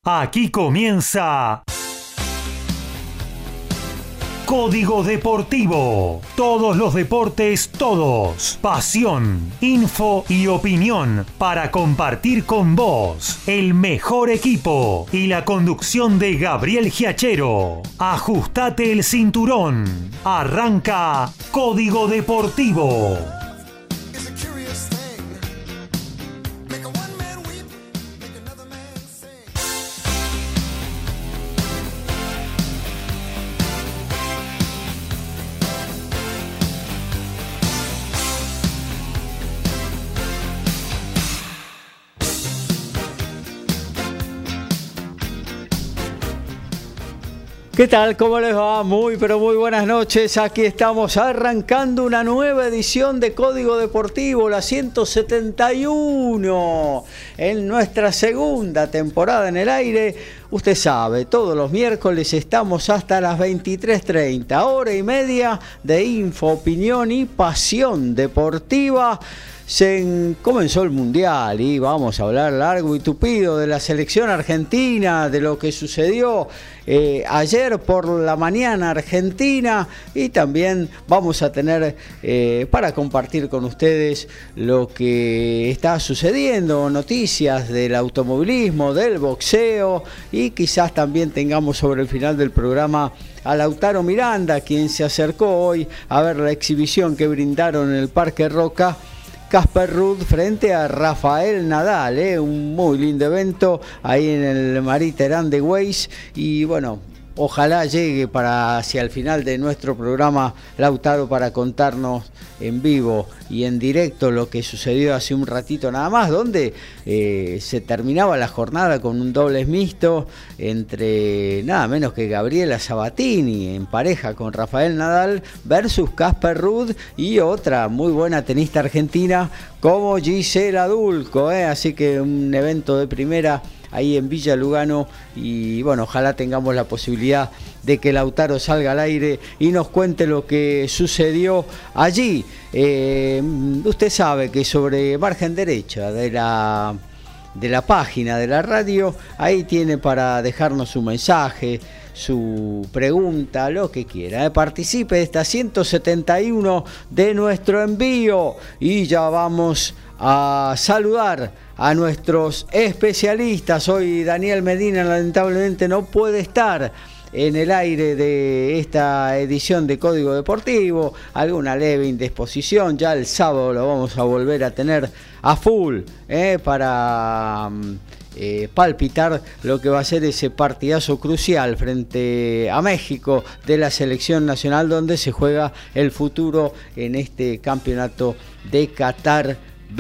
Aquí comienza Código Deportivo. Todos los deportes, todos. Pasión, info y opinión para compartir con vos. El mejor equipo y la conducción de Gabriel Giachero. Ajustate el cinturón. Arranca Código Deportivo. ¿Qué tal? ¿Cómo les va? Muy buenas noches. Aquí estamos arrancando una nueva edición de Código Deportivo, la 171, en nuestra segunda temporada en el aire. Usted sabe, todos los miércoles estamos hasta las 23:30, hora y media de info, opinión y pasión deportiva. Comenzó el Mundial y vamos a hablar largo y tupido de la selección argentina, de lo que sucedió ayer por la mañana Argentina, y también vamos a tener para compartir con ustedes lo que está sucediendo, noticias del automovilismo, del boxeo, y quizás también tengamos sobre el final del programa a Lautaro Miranda, quien se acercó hoy a ver la exhibición que brindaron en el Parque Roca Casper Ruud frente a Rafael Nadal, un muy lindo evento ahí en el Marie-Terán de Weiss. Y bueno, ojalá llegue hacia el final de nuestro programa Lautaro para contarnos en vivo y en directo lo que sucedió hace un ratito nada más, donde se terminaba la jornada con un dobles mixto entre nada menos que Gabriela Sabatini en pareja con Rafael Nadal versus Casper Ruud y otra muy buena tenista argentina como Gisela Dulco, así que un evento de primera ahí en Villa Lugano. Y bueno, ojalá tengamos la posibilidad de que Lautaro salga al aire y nos cuente lo que sucedió allí. Usted sabe que sobre margen derecha de la página de la radio, ahí tiene para dejarnos su mensaje, su pregunta, lo que quiera. Participe de esta 171 de nuestro envío. Y ya vamos a saludar a nuestros especialistas. Hoy Daniel Medina lamentablemente no puede estar en el aire de esta edición de Código Deportivo, alguna leve indisposición. Ya el sábado lo vamos a volver a tener a full para palpitar lo que va a ser ese partidazo crucial frente a México de la selección nacional, donde se juega el futuro en este campeonato de Qatar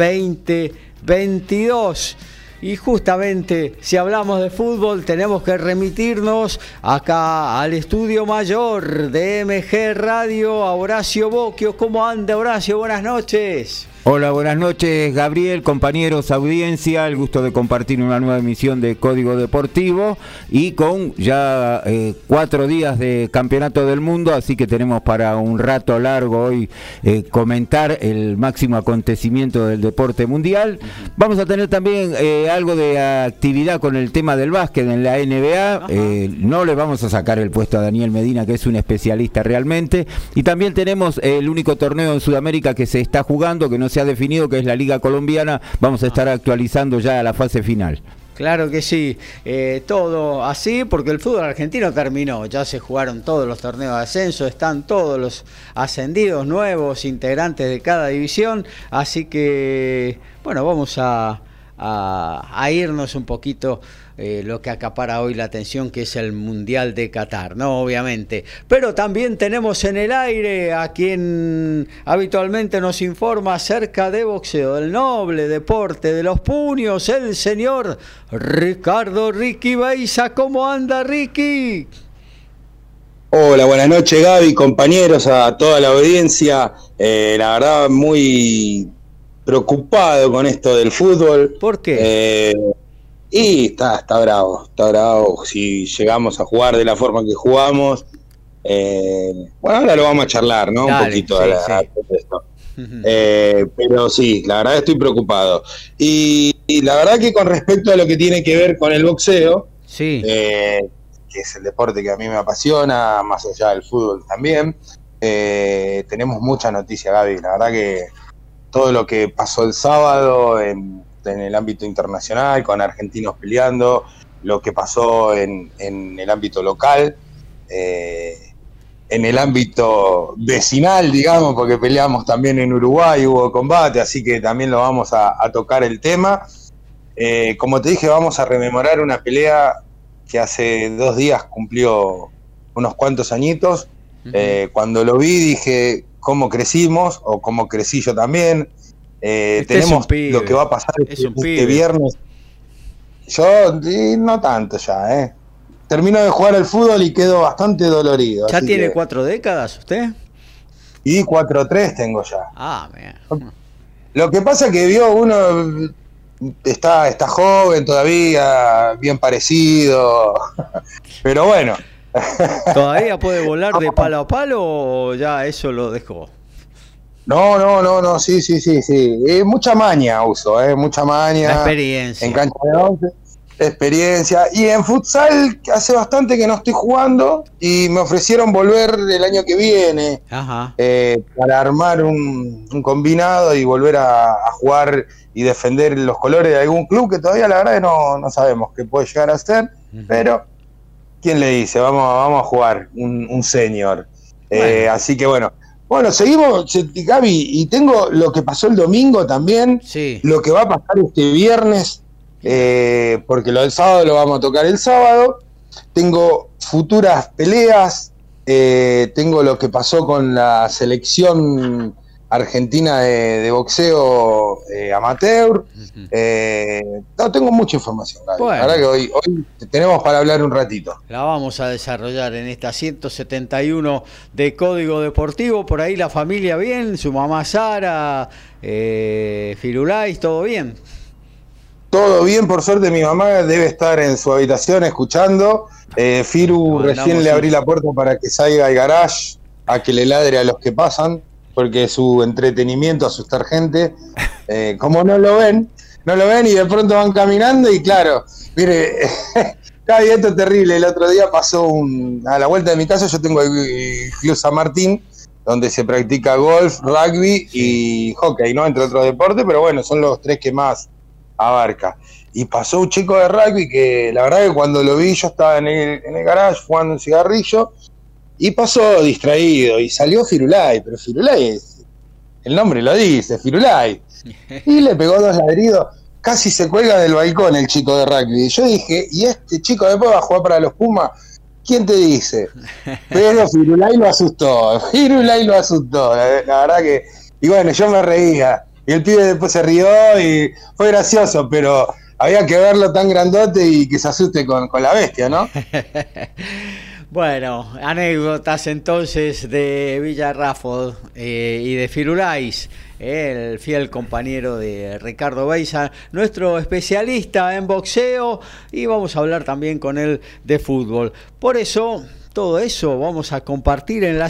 2022. Y justamente, si hablamos de fútbol, tenemos que remitirnos acá al estudio mayor de MG Radio, a Horacio Bocchio. ¿Cómo anda, Horacio? Buenas noches. Hola, buenas noches, Gabriel, compañeros, audiencia. El gusto de compartir una nueva emisión de Código Deportivo y con ya 4 días de Campeonato del Mundo, así que tenemos para un rato largo hoy comentar el máximo acontecimiento del deporte mundial. Vamos a tener también algo de actividad con el tema del básquet en la NBA. No le vamos a sacar el puesto a Daniel Medina, que es un especialista realmente. Y también tenemos el único torneo en Sudamérica que se está jugando, que no se ha definido, que es la Liga Colombiana. Vamos a estar actualizando ya la fase final. Claro que sí, todo así porque el fútbol argentino terminó, ya se jugaron todos los torneos de ascenso, están todos los ascendidos nuevos, integrantes de cada división, así que bueno, vamos a irnos un poquito lo que acapara hoy la atención, que es el Mundial de Qatar, ¿no? Obviamente. Pero también tenemos en el aire a quien habitualmente nos informa acerca de boxeo, del noble deporte de los puños, el señor Ricardo Ricky Beiza. ¿Cómo anda, Ricky? Hola, buenas noches, Gaby, compañeros, a toda la audiencia. La verdad, muy preocupado con esto del fútbol. ¿Por qué? Y está bravo. Si llegamos a jugar de la forma que jugamos, bueno, ahora lo vamos a charlar, ¿no? Dale, un poquito sí, de esto. Pero sí, la verdad estoy preocupado. Y la verdad que con respecto a lo que tiene que ver con el boxeo, Sí. Que es el deporte que a mí me apasiona, más allá del fútbol también. Tenemos mucha noticia, Gaby. La verdad que todo lo que pasó el sábado en el ámbito internacional, con argentinos peleando, lo que pasó en el ámbito local, en el ámbito vecinal, digamos, porque peleamos también en Uruguay, hubo combate, así que también lo vamos a tocar el tema. Como te dije, vamos a rememorar una pelea que hace 2 días cumplió unos cuantos añitos. Cuando lo vi dije cómo crecimos, o cómo crecí yo también. Tenemos lo que va a pasar este viernes. Yo no tanto ya, termino de jugar al fútbol y quedo bastante dolorido. ¿Ya tiene 4 décadas usted? Y 4-3 tengo ya. Ah, mira. Lo que pasa que vio uno está joven todavía, bien parecido, pero bueno. ¿Todavía puede volar de palo a palo o ya eso lo dejó? No, sí. Mucha maña uso, mucha maña. La experiencia. En cancha de 11, experiencia. Y en futsal hace bastante que no estoy jugando y me ofrecieron volver el año que viene. Ajá. Para armar un combinado y volver a jugar y defender los colores de algún club que todavía la verdad que no sabemos qué puede llegar a ser, pero ¿quién le dice? Vamos a jugar un senior. Bueno. Así que bueno, seguimos, Gaby, y tengo lo que pasó el domingo también, sí. Lo que va a pasar este viernes, porque lo del sábado lo vamos a tocar el sábado. Tengo futuras peleas, tengo lo que pasó con la selección argentina de boxeo amateur. Tengo mucha información, Gaby. Bueno. La verdad que hoy tenemos para hablar un ratito. La vamos a desarrollar en esta 171 de Código Deportivo. Por ahí la familia bien, su mamá Sara, Firulais, ¿todo bien? Todo bien, por suerte mi mamá debe estar en su habitación escuchando. Firu recién le abrí la puerta para que salga al garage a que le ladre a los que pasan, porque su entretenimiento, asustar gente, como no lo ven y de pronto van caminando y claro, mire, esto es terrible. El otro día pasó a la vuelta de mi casa, yo tengo el Club San Martín, donde se practica golf, rugby y hockey, ¿no? Entre otros deportes, pero bueno, son los 3 que más abarca. Y pasó un chico de rugby que la verdad que cuando lo vi yo estaba en el garage fumando un cigarrillo y pasó distraído y salió Firulais, pero Firulais, el nombre lo dice, Firulais, y le pegó 2 ladridos, casi se cuelga del balcón el chico de rugby. Y yo dije, ¿y este chico después va a jugar para los Pumas? ¿Quién te dice? Pero Firulais lo asustó, la verdad que, y bueno, yo me reía, y el pibe después se rió y fue gracioso, pero había que verlo tan grandote y que se asuste con la bestia, ¿no? Bueno, anécdotas entonces de Villarrafo y de Firulais, el fiel compañero de Ricardo Beiza, nuestro especialista en boxeo, y vamos a hablar también con él de fútbol. Por eso, todo eso vamos a compartir en la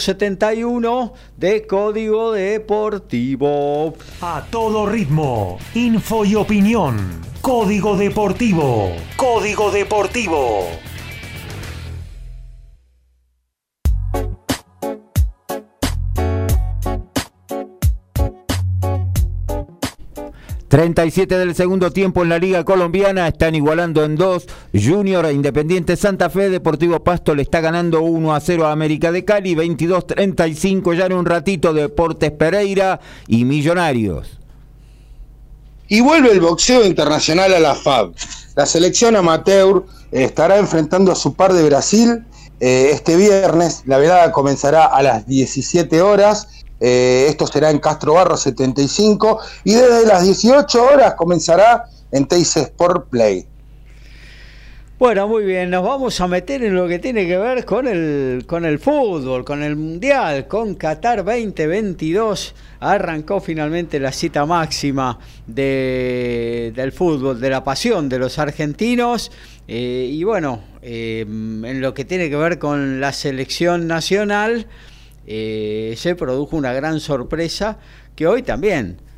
171 de Código Deportivo. A todo ritmo, info y opinión. Código Deportivo. Código Deportivo. 37 del segundo tiempo en la Liga Colombiana, están igualando en 2. Junior, Independiente Santa Fe, Deportivo Pasto le está ganando 1-0 a América de Cali, 22-35 ya en un ratito Deportes Pereira y Millonarios. Y vuelve el boxeo internacional a la FAB. La selección amateur estará enfrentando a su par de Brasil este viernes. La velada comenzará a las 17 horas. Esto será en Castro Barro 75 y desde las 18 horas comenzará en Teis Sport Play. Bueno, muy bien, nos vamos a meter en lo que tiene que ver con el fútbol, con el Mundial, con Qatar 2022. Arrancó finalmente la cita máxima del fútbol, de la pasión de los argentinos. Y bueno, en lo que tiene que ver con la selección nacional, se produjo una gran sorpresa que hoy también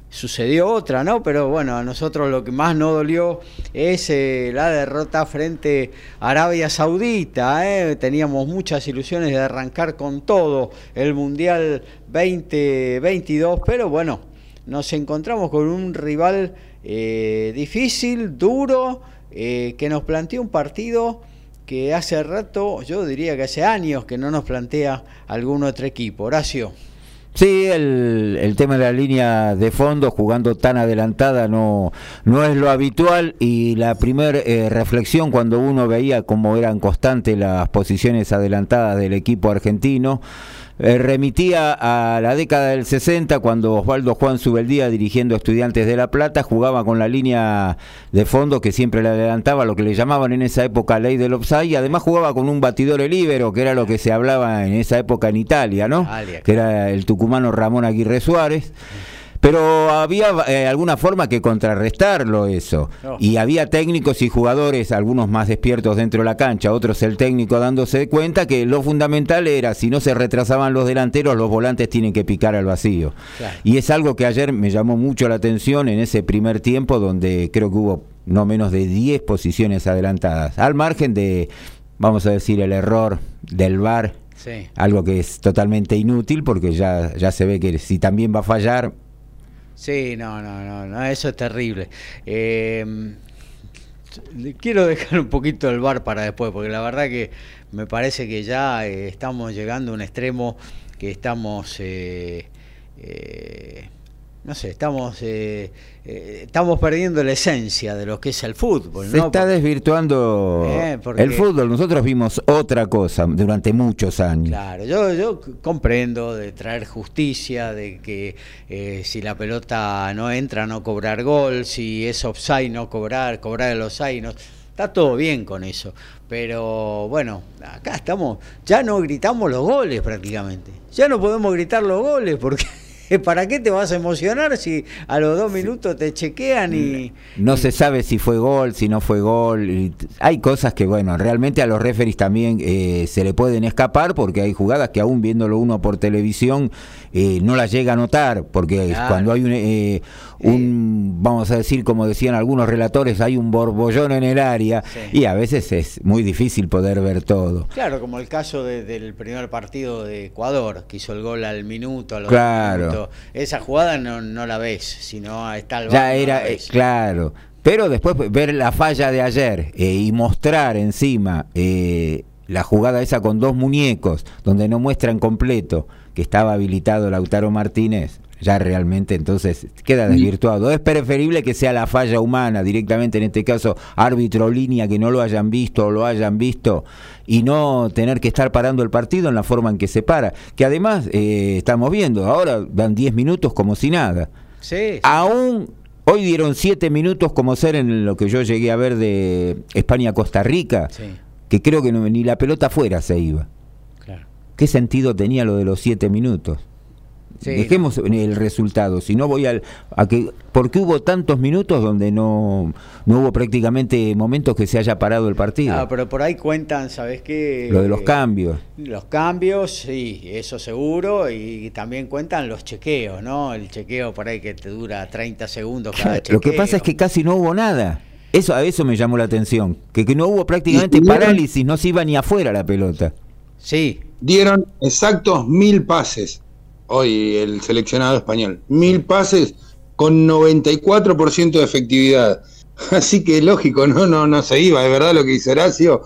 sucedió otra, ¿no? Pero bueno, a nosotros lo que más nos dolió es la derrota frente a Arabia Saudita, Teníamos muchas ilusiones de arrancar con todo el Mundial 2022, pero bueno, nos encontramos con un rival difícil, duro, que nos planteó un partido que hace rato, yo diría que hace años que no nos plantea algún otro equipo. Horacio. Sí, el tema de la línea de fondo, jugando tan adelantada, no es lo habitual, y la primera reflexión cuando uno veía cómo eran constantes las posiciones adelantadas del equipo argentino, remitía a la década del 60, cuando Osvaldo Juan Subeldía, dirigiendo Estudiantes de La Plata, jugaba con la línea de fondo que siempre le adelantaba, lo que le llamaban en esa época ley del offside, y además jugaba con un batidor libero, que era lo que se hablaba en esa época en Italia, ¿no? Que era el tucumano Ramón Aguirre Suárez. Pero había alguna forma que contrarrestarlo eso, y había técnicos y jugadores, algunos más despiertos dentro de la cancha, otros el técnico dándose cuenta que lo fundamental era, si no se retrasaban los delanteros, los volantes tienen que picar al vacío. Claro. Y es algo que ayer me llamó mucho la atención en ese primer tiempo, donde creo que hubo no menos de 10 posiciones adelantadas, al margen de, vamos a decir, el error del VAR, sí. Algo que es totalmente inútil, porque ya se ve que si también va a fallar... Sí, no, eso es terrible. Quiero dejar un poquito el VAR para después, porque la verdad que me parece que ya estamos llegando a un extremo que estamos, no sé, estamos perdiendo la esencia de lo que es el fútbol, ¿no? Se está desvirtuando el fútbol. Nosotros vimos otra cosa durante muchos años. Claro, yo comprendo de traer justicia, de que si la pelota no entra, no cobrar gol, si es offside, no cobrar el offside, no, está todo bien con eso. Pero bueno, acá estamos, ya no gritamos los goles prácticamente. Ya no podemos gritar los goles porque... ¿Para qué te vas a emocionar si a los 2 minutos te chequean y... No se sabe si fue gol, si no fue gol. Hay cosas que, bueno, realmente a los referees también se le pueden escapar, porque hay jugadas que aún viéndolo uno por televisión no las llega a notar, porque claro. Cuando hay vamos a decir, como decían algunos relatores, hay un borbollón en el área, sí. Y a veces es muy difícil poder ver todo. Claro, como el caso del primer partido de Ecuador, que hizo el gol al minuto, a los claro. 2 minutos. Esa jugada no la ves, sino está el ya era, claro. Pero después ver la falla de ayer y mostrar encima la jugada esa con 2 muñecos, donde no muestran completo que estaba habilitado Lautaro Martínez, ya realmente entonces queda desvirtuado. Es preferible que sea la falla humana directamente, en este caso árbitro línea, que no lo hayan visto o lo hayan visto, y no tener que estar parando el partido en la forma en que se para, que además estamos viendo, ahora dan 10 minutos como si nada. Sí. Aún hoy dieron 7 minutos como ser en lo que yo llegué a ver de España-Costa Rica, sí. Que creo que ni la pelota afuera se iba. Claro. ¿Qué sentido tenía lo de los 7 minutos? Sí, dejemos el resultado, si no voy porque hubo tantos minutos donde no hubo prácticamente momentos que se haya parado el partido. Ah, pero por ahí cuentan, ¿sabes qué? Lo de los cambios. Los cambios, sí, eso seguro, y también cuentan los chequeos, ¿no? El chequeo por ahí que te dura 30 segundos cada chequeo. Lo que pasa es que casi no hubo nada. A eso me llamó la atención, que no hubo prácticamente parálisis, no se iba ni afuera la pelota. Sí. Dieron exactos 1000 pases. Hoy el seleccionado español, 1000 pases con 94% de efectividad. Así que lógico, no se iba. Es verdad lo que dice Horacio.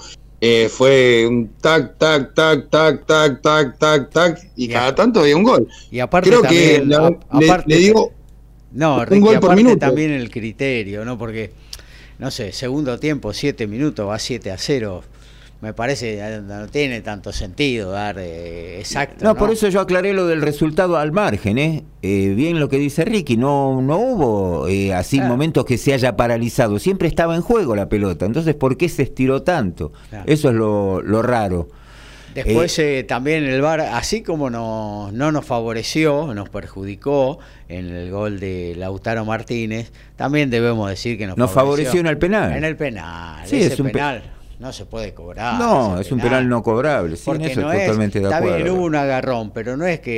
Fue un tac, tac, tac, tac, tac, tac, tac, tac, y cada tanto había un gol. Y aparte creo también, que le digo no, Ricky, un gol por minuto. También el criterio, ¿no? Porque, no sé, segundo tiempo, 7 minutos, va 7-0. Me parece no tiene tanto sentido dar exacto. No, por eso yo aclaré lo del resultado al margen, bien lo que dice Ricky, no hubo así momentos que se haya paralizado, siempre estaba en juego la pelota, entonces ¿por qué se estiró tanto? Claro. Eso es lo raro. Después también el VAR, así como no nos favoreció, nos perjudicó en el gol de Lautaro Martínez, también debemos decir que nos favoreció en el penal. En el penal, sí, ese es un penal. No se puede cobrar. No, es un penal no cobrable. Sí, porque en eso no totalmente de acuerdo. Está bien, hubo un agarrón, pero no es que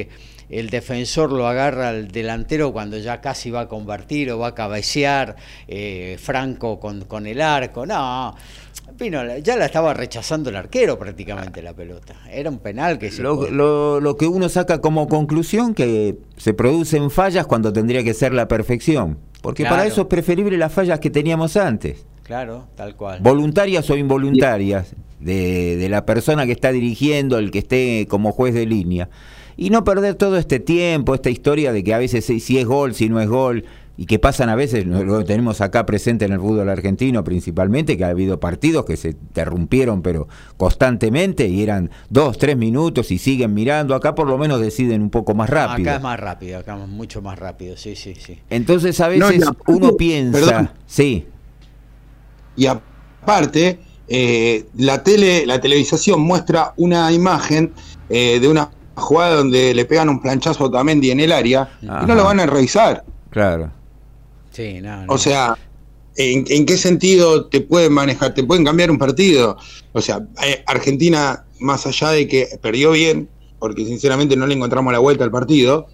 el defensor lo agarra al delantero cuando ya casi va a convertir o va a cabecear, Franco con el arco. No, Pino, ya la estaba rechazando el arquero prácticamente la pelota. Era un penal que se lo que uno saca como conclusión, que se producen fallas cuando tendría que ser la perfección. Porque Claro. para eso es preferible las fallas que teníamos antes. Claro, tal cual. Voluntarias o involuntarias, de la persona que está dirigiendo, el que esté como juez de línea. Y no perder todo este tiempo, esta historia de que a veces si es gol, si no es gol, y que pasan a veces, lo tenemos acá presente en el fútbol argentino principalmente, que ha habido partidos que se interrumpieron pero constantemente y eran 2, 3 minutos y siguen mirando. Acá por lo menos deciden un poco más rápido. Acá es más rápido, acá es mucho más rápido, sí. Entonces a veces uno piensa... Perdón. Sí. Y aparte, la televisación muestra una imagen de una jugada donde le pegan un planchazo a Otamendi en el área y no lo van a revisar. Claro. Sí, no. O sea, ¿en qué sentido te pueden manejar? Te pueden cambiar un partido. O sea, Argentina, más allá de que perdió bien, porque sinceramente no le encontramos la vuelta al partido,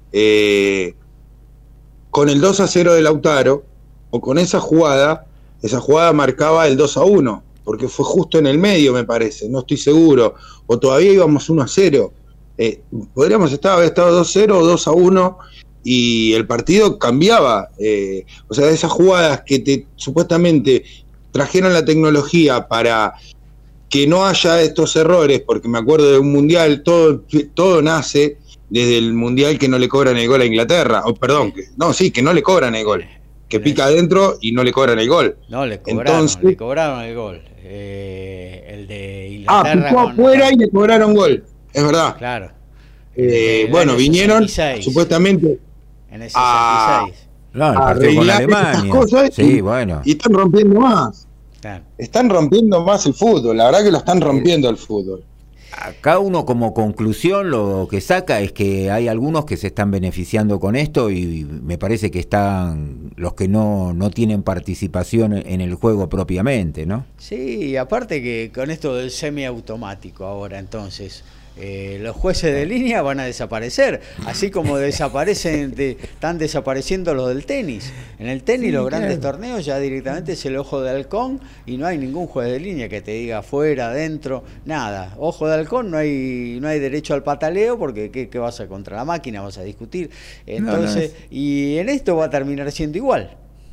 con el 2-0 de Lautaro, o con esa jugada marcaba el 2-1, porque fue justo en el medio, me parece, no estoy seguro, o todavía íbamos 1-0. Podríamos haber estado 2-0 o 2-1 y el partido cambiaba. O sea, de esas jugadas que supuestamente trajeron la tecnología para que no haya estos errores, porque me acuerdo de un mundial, todo nace desde el mundial que no le cobran el gol a Inglaterra, o perdón, que no le cobran el gol, que pica adentro y no le cobran el gol. No, le cobraron el gol. El de Inglaterra. Picó afuera y le cobraron gol, es verdad. Claro. Bueno, vinieron 66. Supuestamente En el 66. No, el partido con arreglar estas Alemania. cosas Sí, bueno. y están rompiendo más. Claro. Están rompiendo más el fútbol, la verdad que lo están rompiendo el fútbol. Acá uno como conclusión lo que saca es que hay algunos que se están beneficiando con esto y me parece que están los que no tienen participación en el juego propiamente, ¿no? Sí, aparte que con esto del semiautomático ahora entonces, los jueces de línea van a desaparecer, así como están desapareciendo los del tenis. En el tenis los grandes torneos ya directamente es el ojo de halcón y no hay ningún juez de línea que te diga afuera, adentro, nada. Ojo de halcón, no hay derecho al pataleo porque ¿qué vas a contra la máquina? Vas a discutir. Entonces, y en esto va a terminar siendo igual.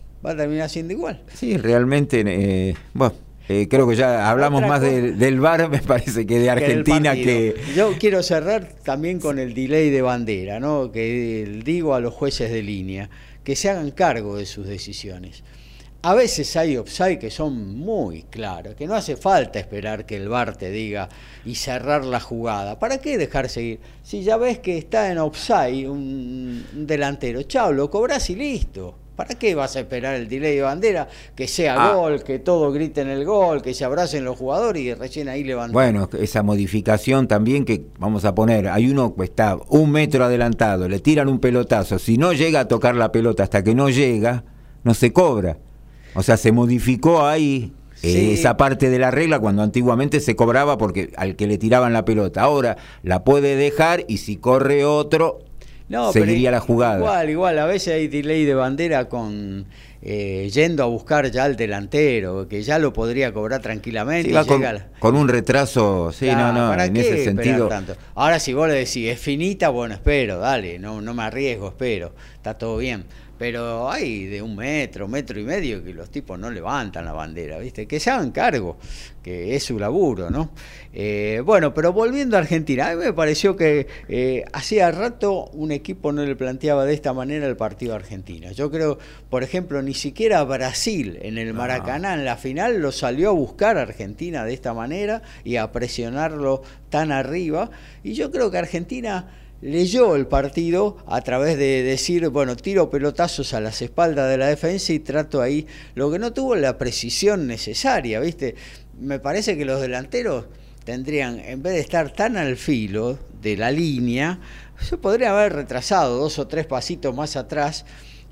Sí, realmente, creo que ya hablamos más del VAR, me parece, que de Argentina. Yo quiero cerrar también con el delay de bandera, ¿no? Que digo a los jueces de línea que se hagan cargo de sus decisiones. A veces hay offside que son muy claros, que no hace falta esperar que el VAR te diga y cerrar la jugada. ¿Para qué dejar seguir? Si ya ves que está en offside un delantero, chao, lo cobrás y listo. ¿Para qué vas a esperar el delay de bandera? Que sea gol, que todos griten el gol, que se abracen los jugadores y recién ahí levantan. Bueno, esa modificación también que vamos a poner, hay uno que está 1 metro adelantado, le tiran un pelotazo, si no llega a tocar la pelota hasta que no llega, no se cobra. O sea, se modificó ahí esa parte de la regla cuando antiguamente se cobraba porque al que le tiraban la pelota. Ahora la puede dejar y si corre otro... No, seguiría pero la jugada. Igual, a veces hay delay de bandera con yendo a buscar ya al delantero, que ya lo podría cobrar tranquilamente. Sí, con un retraso, sí, claro, en ese sentido. Tanto? Ahora si vos le decís, es finita, bueno, espero, dale, no me arriesgo, espero, está todo bien. Pero hay de 1 metro, 1,5 metros que los tipos no levantan la bandera, ¿viste? Que se hagan cargo, que es su laburo, ¿no? Bueno, pero volviendo a Argentina, a mí me pareció que hacía rato un equipo no le planteaba de esta manera el partido a Argentina. Yo creo, por ejemplo, ni siquiera Brasil en el Maracaná en la final lo salió a buscar a Argentina de esta manera y a presionarlo tan arriba. Y yo creo que Argentina leyó el partido a través de decir, bueno, tiro pelotazos a las espaldas de la defensa y trato ahí, lo que no tuvo la precisión necesaria, ¿viste? Me parece que los delanteros tendrían, en vez de estar tan al filo de la línea, se podría haber retrasado 2 o 3 pasitos más atrás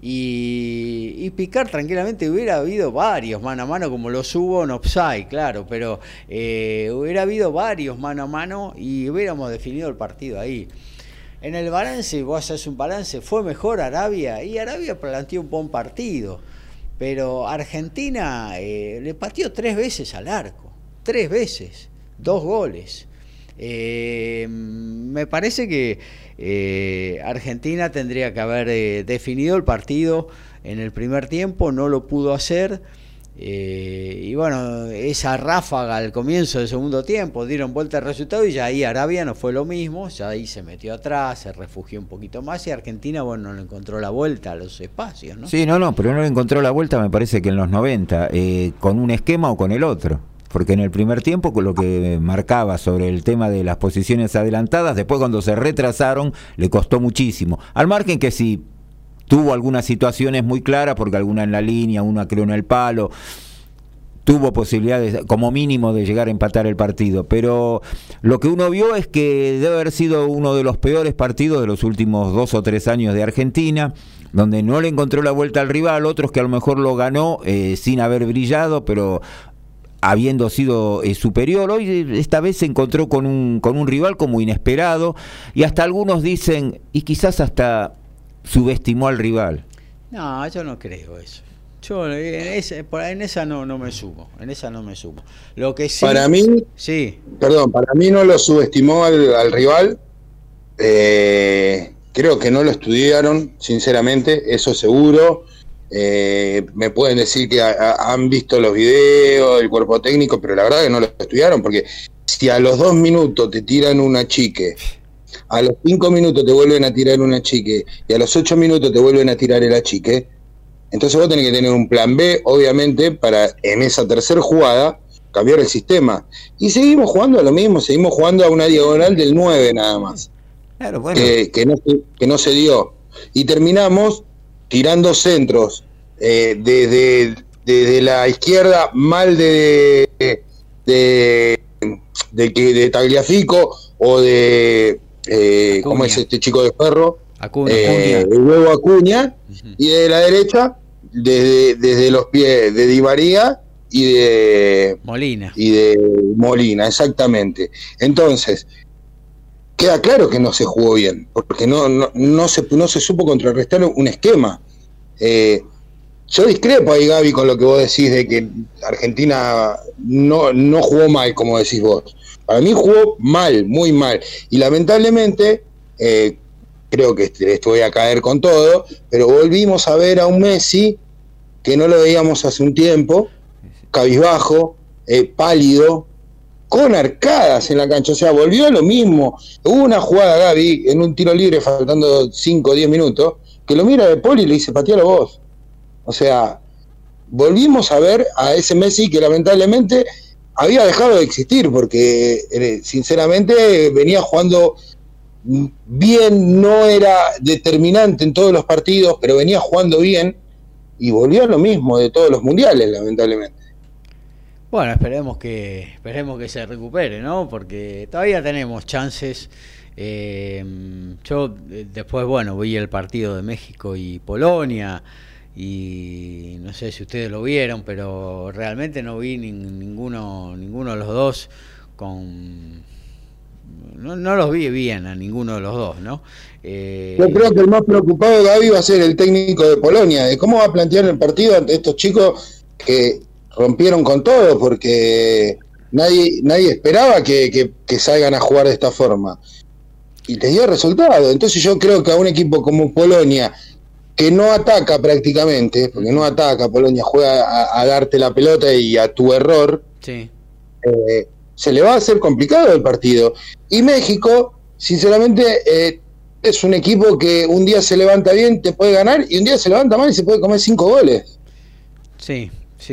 y picar tranquilamente. Hubiera habido varios mano a mano, como los hubo en offside, claro, pero hubiera habido varios mano a mano y hubiéramos definido el partido ahí. En el balance, vos haces un balance, fue mejor Arabia, y Arabia planteó un buen partido, pero Argentina le pateó 3 veces al arco, 3 veces, 2 goles. Me parece que Argentina tendría que haber definido el partido en el primer tiempo, no lo pudo hacer. Y bueno, esa ráfaga al comienzo del segundo tiempo dieron vuelta al resultado y ya ahí Arabia no fue lo mismo, ya ahí se metió atrás, se refugió un poquito más y Argentina, bueno, no le encontró la vuelta a los espacios, ¿no? Sí, no, pero no le encontró la vuelta, me parece que en los 90, con un esquema o con el otro. Porque en el primer tiempo, con lo que marcaba sobre el tema de las posiciones adelantadas, después cuando se retrasaron, le costó muchísimo. Al margen que sí tuvo algunas situaciones muy claras, porque alguna en la línea, una creo en el palo, tuvo posibilidades como mínimo de llegar a empatar el partido, pero lo que uno vio es que debe haber sido uno de los peores partidos de los últimos 2 o 3 años de Argentina, donde no le encontró la vuelta al rival, otros que a lo mejor lo ganó sin haber brillado, pero habiendo sido superior. Hoy esta vez se encontró con un rival como inesperado, y hasta algunos dicen, y quizás hasta subestimó al rival. No, yo no creo eso. Yo en esa no me sumo. En esa no me sumo. Lo que sí. Para mí. Sí. Perdón, para mí no lo subestimó al rival. Creo que no lo estudiaron, sinceramente, eso seguro. Me pueden decir que han visto los videos, el cuerpo técnico, pero la verdad que no lo estudiaron, porque si a los 2 minutos te tiran una chique, a los 5 minutos te vuelven a tirar una chique, y a los 8 minutos te vuelven a tirar el achique, entonces vos tenés que tener un plan B, obviamente, para en esa tercera jugada cambiar el sistema. Y seguimos jugando a lo mismo, seguimos jugando a una diagonal del 9 nada más. Claro, bueno. Que no se dio. Y terminamos tirando centros desde la izquierda mal de Tagliafico o de ¿cómo es este chico de Ferro? Acuña. Luego Acuña. Uh-huh. Y de la derecha desde los pies de Di María y de Molina, exactamente. Entonces queda claro que no se jugó bien, porque no se supo contrarrestar un esquema. Yo discrepo ahí, Gaby, con lo que vos decís de que Argentina no jugó mal, como decís vos. Para mí jugó mal, muy mal. Y lamentablemente, creo que esto voy a caer con todo, pero volvimos a ver a un Messi que no lo veíamos hace un tiempo, cabizbajo, pálido, con arcadas en la cancha. O sea, volvió a lo mismo. Hubo una jugada, Gaby, en un tiro libre faltando 5 o 10 minutos, que lo mira de Poli y le dice, patealo vos. O sea, volvimos a ver a ese Messi que lamentablemente había dejado de existir, porque sinceramente venía jugando bien, no era determinante en todos los partidos, pero venía jugando bien, y volvió a lo mismo de todos los mundiales, lamentablemente. Bueno, esperemos que se recupere, ¿no? Porque todavía tenemos chances. Yo después, bueno, vi el partido de México y Polonia, y no sé si ustedes lo vieron, pero realmente no vi ninguno de los dos no los vi bien a ninguno de los dos, ¿no? Yo creo que el más preocupado, Gaby, va a ser el técnico de Polonia, de cómo va a plantear el partido ante estos chicos que rompieron con todo, porque nadie esperaba que salgan a jugar de esta forma, y les dio resultado. Entonces yo creo que a un equipo como Polonia, que no ataca prácticamente, porque no ataca, Polonia juega a darte la pelota y a tu error, sí. Se le va a hacer complicado el partido. Y México, sinceramente, es un equipo que un día se levanta bien, te puede ganar, y un día se levanta mal y se puede comer 5 goles. Sí.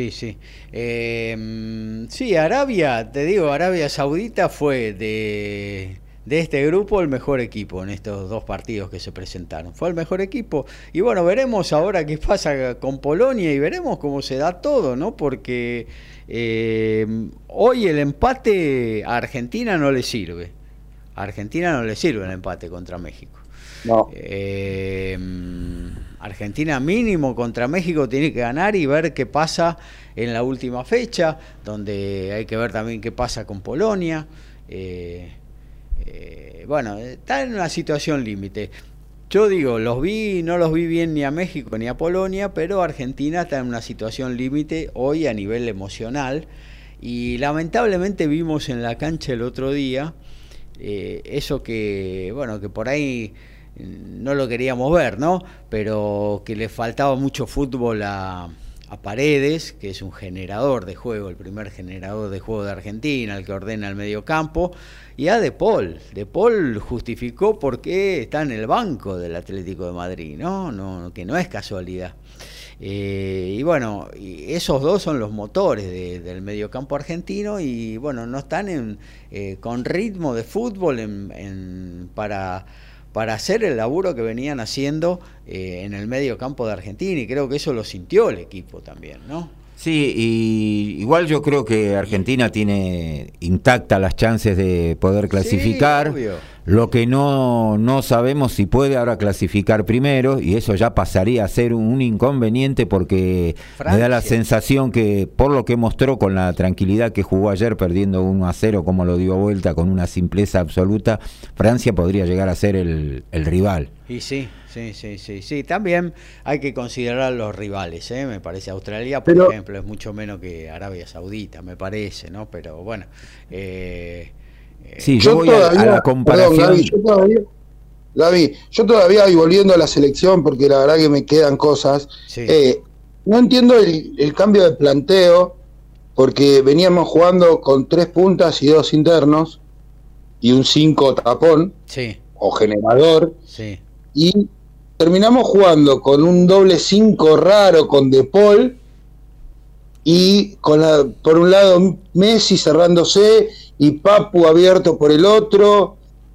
Sí, Arabia Saudita fue de este grupo el mejor equipo en estos 2 partidos que se presentaron. Fue el mejor equipo. Y bueno, veremos ahora qué pasa con Polonia y veremos cómo se da todo, ¿no? Porque hoy el empate a Argentina no le sirve. A Argentina no le sirve el empate contra México. No. Argentina mínimo contra México tiene que ganar y ver qué pasa en la última fecha, donde hay que ver también qué pasa con Polonia. bueno, está en una situación límite. Yo digo, no los vi bien ni a México ni a Polonia, pero Argentina está en una situación límite hoy a nivel emocional, y lamentablemente vimos en la cancha el otro día eso que, bueno, que por ahí no lo queríamos ver, ¿no? Pero que le faltaba mucho fútbol a Paredes, que es un generador de juego, el primer generador de juego de Argentina, el que ordena el mediocampo, y a De Paul. De Paul justificó por qué está en el banco del Atlético de Madrid, ¿no? Que no es casualidad. Y bueno, y esos dos son los motores del mediocampo argentino, y bueno, no están con ritmo de fútbol para hacer el laburo que venían haciendo en el medio campo de Argentina, y creo que eso lo sintió el equipo también, ¿no? Sí, y igual yo creo que Argentina tiene intactas las chances de poder clasificar. Sí, obvio. Lo que no sabemos si puede ahora clasificar primero, y eso ya pasaría a ser un inconveniente, porque Francia. me da la sensación que, por lo que mostró con la tranquilidad que jugó ayer, perdiendo 1-0, como lo dio vuelta con una simpleza absoluta, Francia podría llegar a ser el rival. Y sí, también hay que considerar los rivales, me parece. Australia, por ejemplo, es mucho menos que Arabia Saudita, me parece, ¿no? Pero bueno, sí, yo voy a la comparación. Perdón, Gaby, yo todavía voy volviendo a la selección, porque la verdad que me quedan cosas. Sí. No entiendo el cambio de planteo, porque veníamos jugando con 3 puntas y 2 internos, y un 5 tapón, sí, o generador, sí, y terminamos jugando con un doble 5 raro con De Paul, y por un lado Messi cerrándose y Papu abierto por el otro,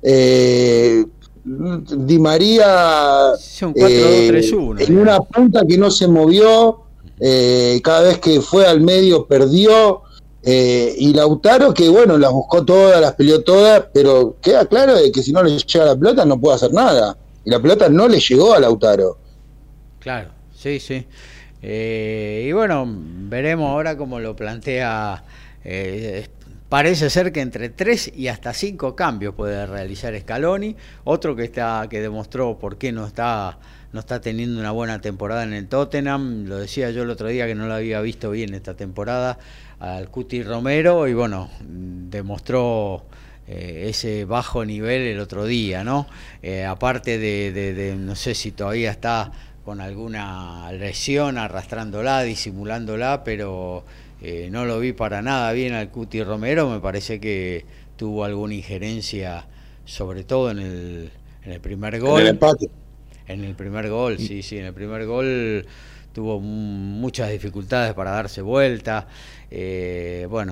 Di María son 4-2-3-1, en una punta que no se movió, cada vez que fue al medio perdió, y Lautaro, que bueno, las buscó todas, las peleó todas, pero queda claro de que si no le llega la pelota no puede hacer nada, y la pelota no le llegó a Lautaro. Claro, sí. Y bueno, veremos ahora cómo lo plantea. Parece ser que entre 3 y hasta 5 cambios puede realizar Scaloni. Otro que demostró por qué no está teniendo una buena temporada en el Tottenham. Lo decía yo el otro día, que no lo había visto bien esta temporada, al Cuti Romero, y bueno, demostró ese bajo nivel el otro día, ¿no? Aparte de no sé si todavía está con alguna lesión, arrastrándola, disimulándola, pero no lo vi para nada bien al Cuti Romero. Me parece que tuvo alguna injerencia, sobre todo en el primer gol. En el empate. En el primer gol, sí, en el primer gol tuvo muchas dificultades para darse vuelta. Bueno,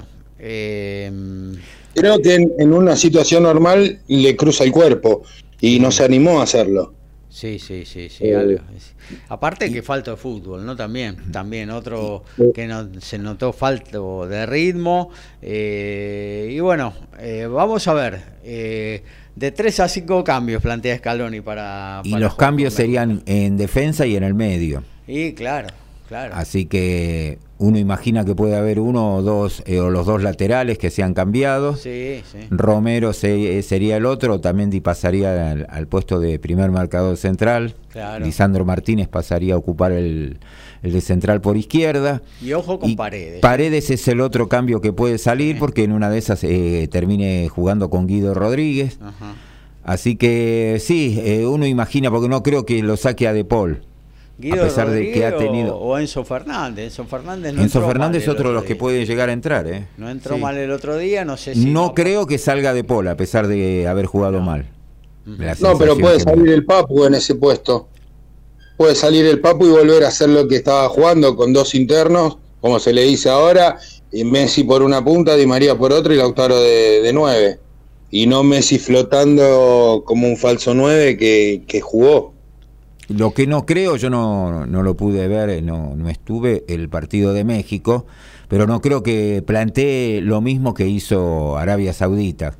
creo que en una situación normal le cruza el cuerpo y no se animó a hacerlo. Sí, algo. Aparte que falta de fútbol, ¿no? También otro que se notó falta de ritmo. Y bueno, vamos a ver. De 3 a 5 cambios plantea Scaloni para los cambios serían en defensa y en el medio. Y claro. Así que uno imagina que puede haber uno o dos, o los dos laterales que sean cambiados. Sí. Romero sería el otro, también pasaría al puesto de primer marcador central. Claro. Lisandro Martínez pasaría a ocupar el de central por izquierda. Y ojo con Paredes. Paredes es el otro cambio que puede salir, porque en una de esas termine jugando con Guido Rodríguez. Ajá. Así que sí, uno imagina, porque no creo que lo saque a De Paul. Guido a pesar Rodríguez de que ha tenido o Enzo Fernández. Enzo Fernández es otro de los que puede llegar a entrar, No entró mal el otro día, no sé si no creo que salga De Paul, a pesar de haber jugado mal. No, pero puede salir el Papu en ese puesto. Puede salir el Papu y volver a hacer lo que estaba jugando, con 2 internos, como se le dice ahora, y Messi por una punta, Di María por otra y Lautaro de 9. Y no Messi flotando como un falso 9 que jugó. Lo que no creo, yo no lo pude ver, no estuve, el partido de México, pero no creo que plantee lo mismo que hizo Arabia Saudita.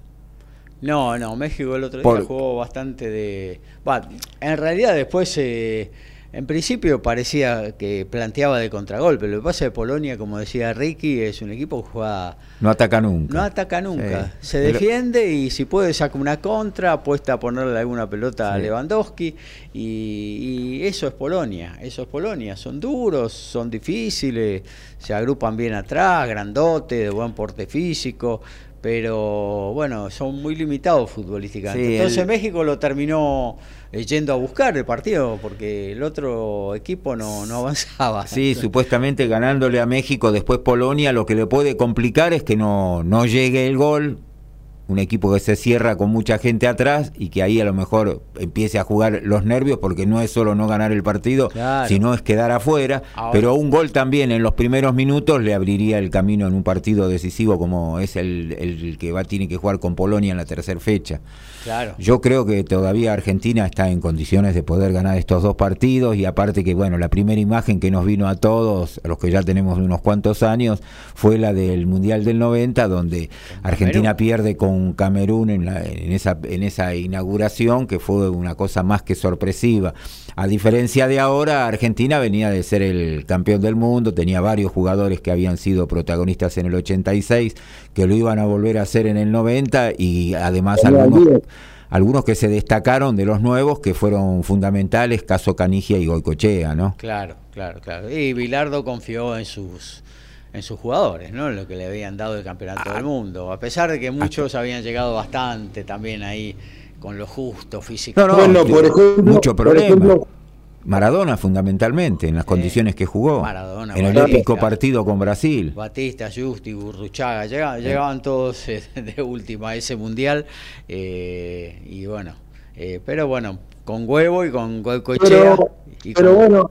No, México el otro día jugó bastante en realidad después En principio parecía que planteaba de contragolpe. Lo que pasa es que Polonia, como decía Ricky, es un equipo que juega... No ataca nunca. No ataca nunca. Sí. Se defiende y si puede saca una contra, apuesta a ponerle alguna pelota a Lewandowski. Y eso es Polonia. Eso es Polonia. Son duros, son difíciles, se agrupan bien atrás, grandote, de buen porte físico. Pero bueno, son muy limitados futbolísticamente. Sí, Entonces México lo terminó yendo a buscar el partido porque el otro equipo no avanzaba. Sí, supuestamente ganándole a México, después Polonia, lo que le puede complicar es que no llegue el gol. Un equipo que se cierra con mucha gente atrás y que ahí a lo mejor empiece a jugar los nervios, porque no es solo no ganar el partido, claro, sino es quedar afuera. Ahora, pero un gol también en los primeros minutos le abriría el camino en un partido decisivo como es el que tiene que jugar con Polonia en la tercera fecha. Claro. Yo creo que todavía Argentina está en condiciones de poder ganar estos dos partidos, y aparte que bueno, la primera imagen que nos vino a todos, a los que ya tenemos unos cuantos años, fue la del Mundial del 90, donde Argentina pierde con Camerún en esa inauguración, que fue una cosa más que sorpresiva. A diferencia de ahora, Argentina venía de ser el campeón del mundo, tenía varios jugadores que habían sido protagonistas en el 86, que lo iban a volver a hacer en el 90, y además algunos que se destacaron de los nuevos, que fueron fundamentales, caso Canigia y Goicoechea, ¿no? Claro. Y Bilardo confió en sus jugadores, ¿no? Lo que le habían dado el campeonato del mundo, a pesar de que muchos habían llegado bastante también ahí con lo justo físico. Bueno, por ejemplo, mucho problema. Maradona fundamentalmente, en las condiciones que jugó. Maradona, en el épico partido con Brasil. Batista, Justi, Gurruchaga, llegaban todos de última a ese mundial, y bueno, pero bueno, con huevo y con Goicoechea. Pero bueno,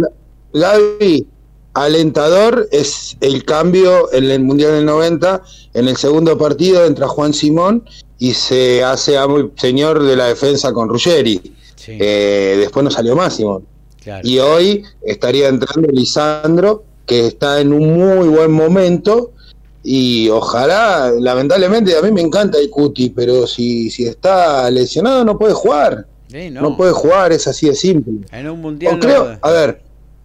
Gaby, alentador es el cambio en el Mundial del 90. En el segundo partido entra Juan Simón y se hace amo y señor de la defensa con Ruggeri. Sí. Después no salió más Simón. Claro. Y hoy estaría entrando Lisandro, que está en un muy buen momento, y ojalá, lamentablemente a mí me encanta el Cuti, pero si está lesionado no puede jugar. Sí, no puede jugar, es así de simple. En un mundial a ver,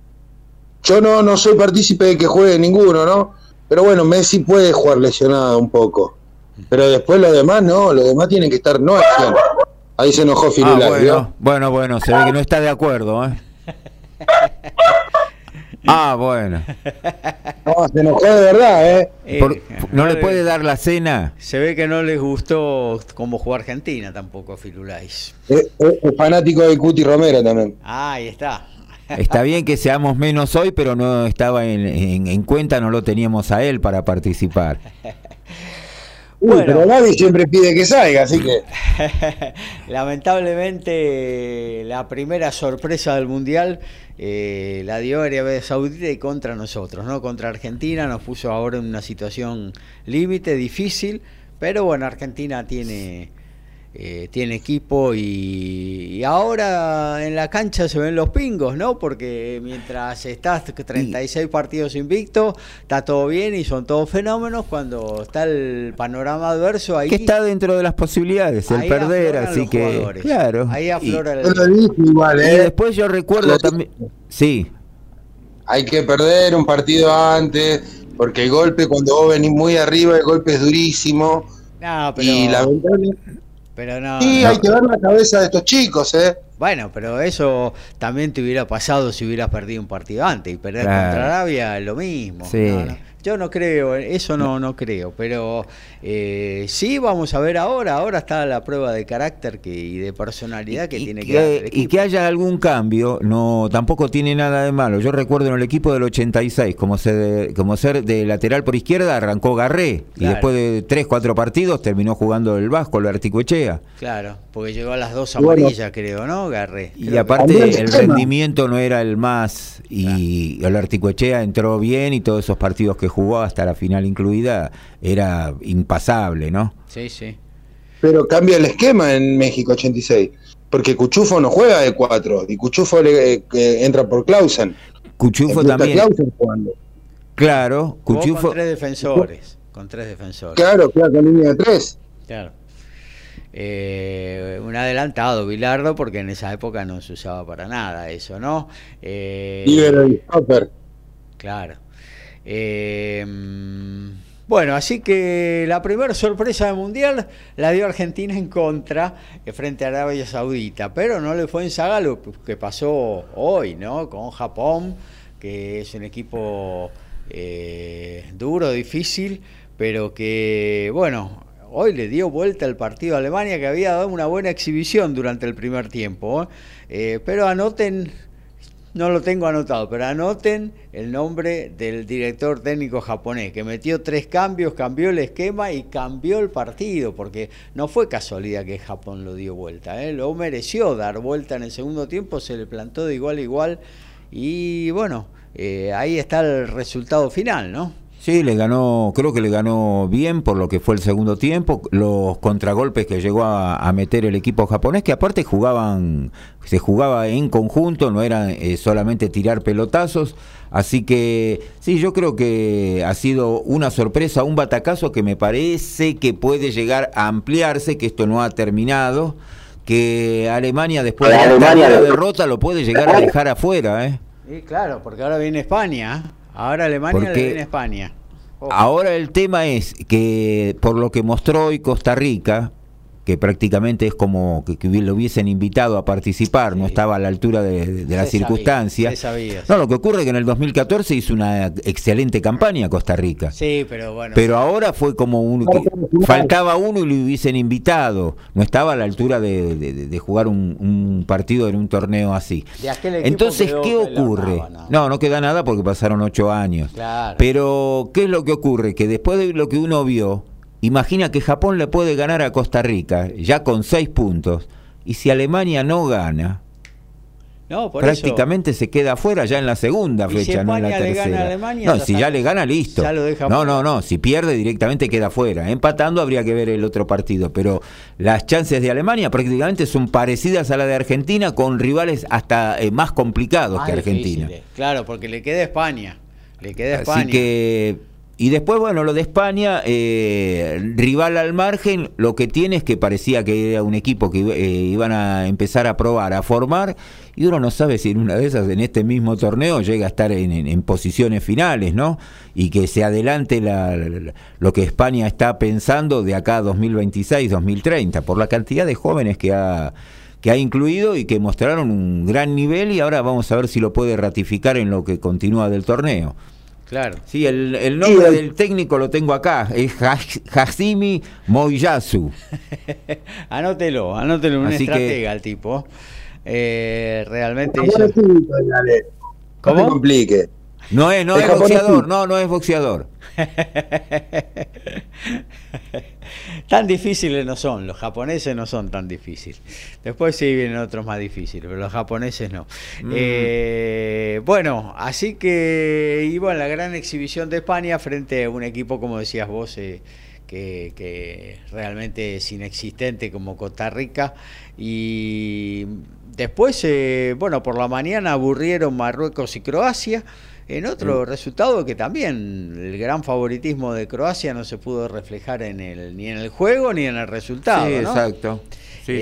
yo no soy partícipe de que juegue ninguno, ¿no? Pero bueno, Messi puede jugar lesionado un poco. Pero después los demás no, los demás tienen que estar no acción. Ahí se enojó Firulais. Bueno, se ve que no está de acuerdo, ¿eh? Bueno. No, se enojó de verdad, ¿eh? ¿No le puede dar la cena? Se ve que no les gustó cómo jugó Argentina tampoco a Firulais. Es fanático de Cuti Romero también. Ahí está. Está bien que seamos menos hoy, pero no estaba en cuenta, no lo teníamos a él para participar. Bueno, pero nadie siempre pide que salga, así que... Lamentablemente, la primera sorpresa del Mundial la dio Arabia Saudita y contra nosotros, ¿no? Contra Argentina nos puso ahora en una situación límite, difícil, pero bueno, Argentina tiene equipo y ahora en la cancha se ven los pingos, ¿no? Porque mientras estás 36 partidos invicto, está todo bien y son todos fenómenos. Cuando está el panorama adverso, ahí... Que está dentro de las posibilidades, el perder, así que... Jugadores. Claro. Ahí aflora igual, Y después yo recuerdo también... Sí. Hay que perder un partido antes, porque el golpe, cuando vos venís muy arriba, el golpe es durísimo. No, pero... Y lamentablemente... Pero no, sí, hay que ver la cabeza de estos chicos, ¿eh? Bueno, pero eso también te hubiera pasado si hubieras perdido un partido antes, y perder contra Arabia es lo mismo. Sí. No. Yo no creo, eso no creo, pero sí vamos a ver ahora está la prueba de carácter y de personalidad que tiene que dar el equipo. Y que haya algún cambio, tampoco tiene nada de malo. Yo recuerdo en el equipo del 86, como ser de lateral por izquierda, arrancó Garré, claro. Y después de 3-4 partidos terminó jugando el Vasco, el Articoechea. Claro, porque llegó a las 2 amarillas, creo, ¿no? Garré. Y aparte el rendimiento no era el más, y el Articoechea entró bien, y todos esos partidos que jugó hasta la final incluida era impasable, ¿no? Sí. Pero cambia el esquema en México 86, porque Cuchufo no juega de 4 y Cuchufo entra por Clausen. Cuchufo también. Clausen jugando. Claro, Cuchufo con tres defensores. Claro, con línea de 3. Claro. Un adelantado Bilardo, porque en esa época no se usaba para nada eso, ¿no? Libero y stopper. Claro. Bueno, así que la primera sorpresa del Mundial la dio Argentina en contra frente a Arabia Saudita, pero no le fue en saga lo que pasó hoy, ¿no? Con Japón, que es un equipo duro, difícil, pero que, bueno, hoy le dio vuelta el partido a Alemania, que había dado una buena exhibición durante el primer tiempo, pero anoten... No lo tengo anotado, pero anoten el nombre del director técnico japonés, que metió 3 cambios, cambió el esquema y cambió el partido, porque no fue casualidad que Japón lo dio vuelta, lo mereció dar vuelta en el segundo tiempo, se le plantó de igual a igual y bueno, ahí está el resultado final, ¿no? Sí, le ganó, creo que le ganó bien por lo que fue el segundo tiempo, los contragolpes que llegó a meter el equipo japonés, que aparte se jugaba en conjunto, no era solamente tirar pelotazos, así que sí, yo creo que ha sido una sorpresa, un batacazo que me parece que puede llegar a ampliarse, que esto no ha terminado, que Alemania después de la derrota lo puede llegar a dejar afuera, Sí, claro, porque ahora viene España. Ahora Alemania le viene a España. Ahora el tema es que por lo que mostró hoy Costa Rica, que prácticamente es como que lo hubiesen invitado a participar, sí. No estaba a la altura de las circunstancias. No, lo que ocurre es que en el 2014 hizo una excelente campaña Costa Rica. Sí, pero bueno. Pero ahora fue como faltaba uno y lo hubiesen invitado. No estaba a la altura de jugar un partido en un torneo así. Entonces, ¿qué ocurre? No queda nada porque pasaron 8 años. Claro. Pero, ¿qué es lo que ocurre? Que después de lo que uno vio, imagina que Japón le puede ganar a Costa Rica, ya con 6 puntos, y si Alemania no gana, prácticamente se queda afuera ya en la segunda fecha, si no en la tercera. Le gana a Alemania, si ya le gana, listo. Ya lo deja no, si pierde directamente queda afuera. Empatando habría que ver el otro partido, pero las chances de Alemania prácticamente son parecidas a la de Argentina, con rivales hasta más complicados que Argentina. Difíciles. Claro, porque le queda España. Así que... Y después, bueno, lo de España, rival al margen, lo que tiene es que parecía que era un equipo que iban a empezar a probar, a formar, y uno no sabe si en una de esas, en este mismo torneo, llega a estar en posiciones finales, ¿no? Y que se adelante lo que España está pensando de acá a 2026, 2030, por la cantidad de jóvenes que ha incluido y que mostraron un gran nivel, y ahora vamos a ver si lo puede ratificar en lo que continúa del torneo. Claro. Sí, el nombre del técnico lo tengo acá, es Hashimi Moiyasu. Anótelo, un estratega el tipo. Realmente ¿Cómo? No te complique. No es boxeador, no es boxeador. Tan difíciles no son, los japoneses no son tan difíciles. Después sí vienen otros más difíciles, pero los japoneses no. Bueno, así que iba la gran exhibición de España frente a un equipo, como decías vos, que realmente es inexistente como Costa Rica. Y después, por la mañana aburrieron Marruecos y Croacia. En otro resultado que también el gran favoritismo de Croacia no se pudo reflejar ni en el juego ni en el resultado. Sí, ¿no? Exacto. Sí.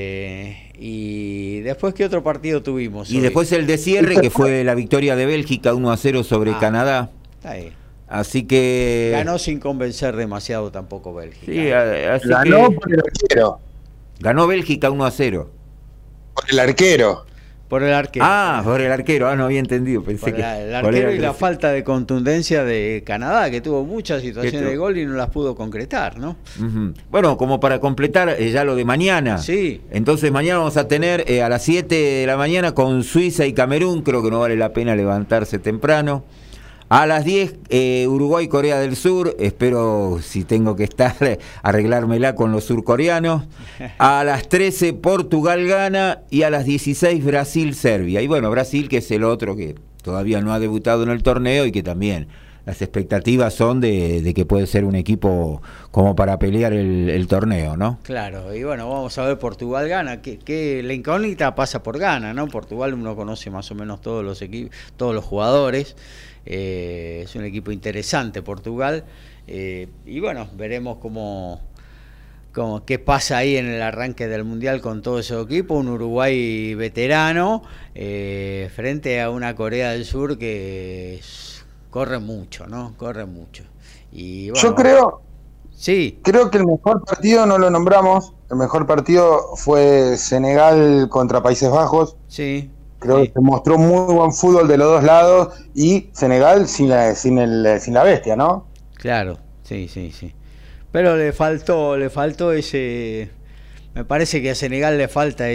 Y después, ¿qué otro partido tuvimos? Y después el de cierre, que fue la victoria de Bélgica 1-0 sobre Canadá. Está ahí. Así que... Ganó sin convencer demasiado tampoco Bélgica. Sí, así ganó por el arquero. Ganó Bélgica 1-0. Por el arquero. Por el arquero. Por el arquero. No había entendido. Pensé que el arquero y la falta de contundencia de Canadá, que tuvo muchas situaciones de gol y no las pudo concretar, ¿no? Bueno, como para completar ya lo de mañana. Sí. Entonces mañana vamos a tener a las 7 de la mañana con Suiza y Camerún. Creo que no vale la pena levantarse temprano. A las 10, Uruguay, Corea del Sur. Espero, si tengo que estar, arreglármela con los surcoreanos. A las 13, Portugal, Ghana. Y a las 16, Brasil, Serbia. Y bueno, Brasil, que es el otro que todavía no ha debutado en el torneo y que también las expectativas son de que puede ser un equipo como para pelear el torneo, ¿no? Claro, y bueno, vamos a ver Portugal, Ghana, que la incógnita pasa por Ghana, ¿no? Portugal uno conoce más o menos todos los equipos, todos los jugadores. Es un equipo interesante Portugal, y bueno, veremos cómo como qué pasa ahí en el arranque del Mundial con todo ese equipo, un Uruguay veterano frente a una Corea del Sur que corre mucho, ¿no? Corre mucho. Y bueno, Yo creo que el mejor partido, no lo nombramos, el mejor partido fue Senegal contra Países Bajos. Sí. Creo que se mostró muy buen fútbol de los dos lados y Senegal sin la bestia, ¿no? Claro, sí. Pero le faltó ese. Me parece que a Senegal le falta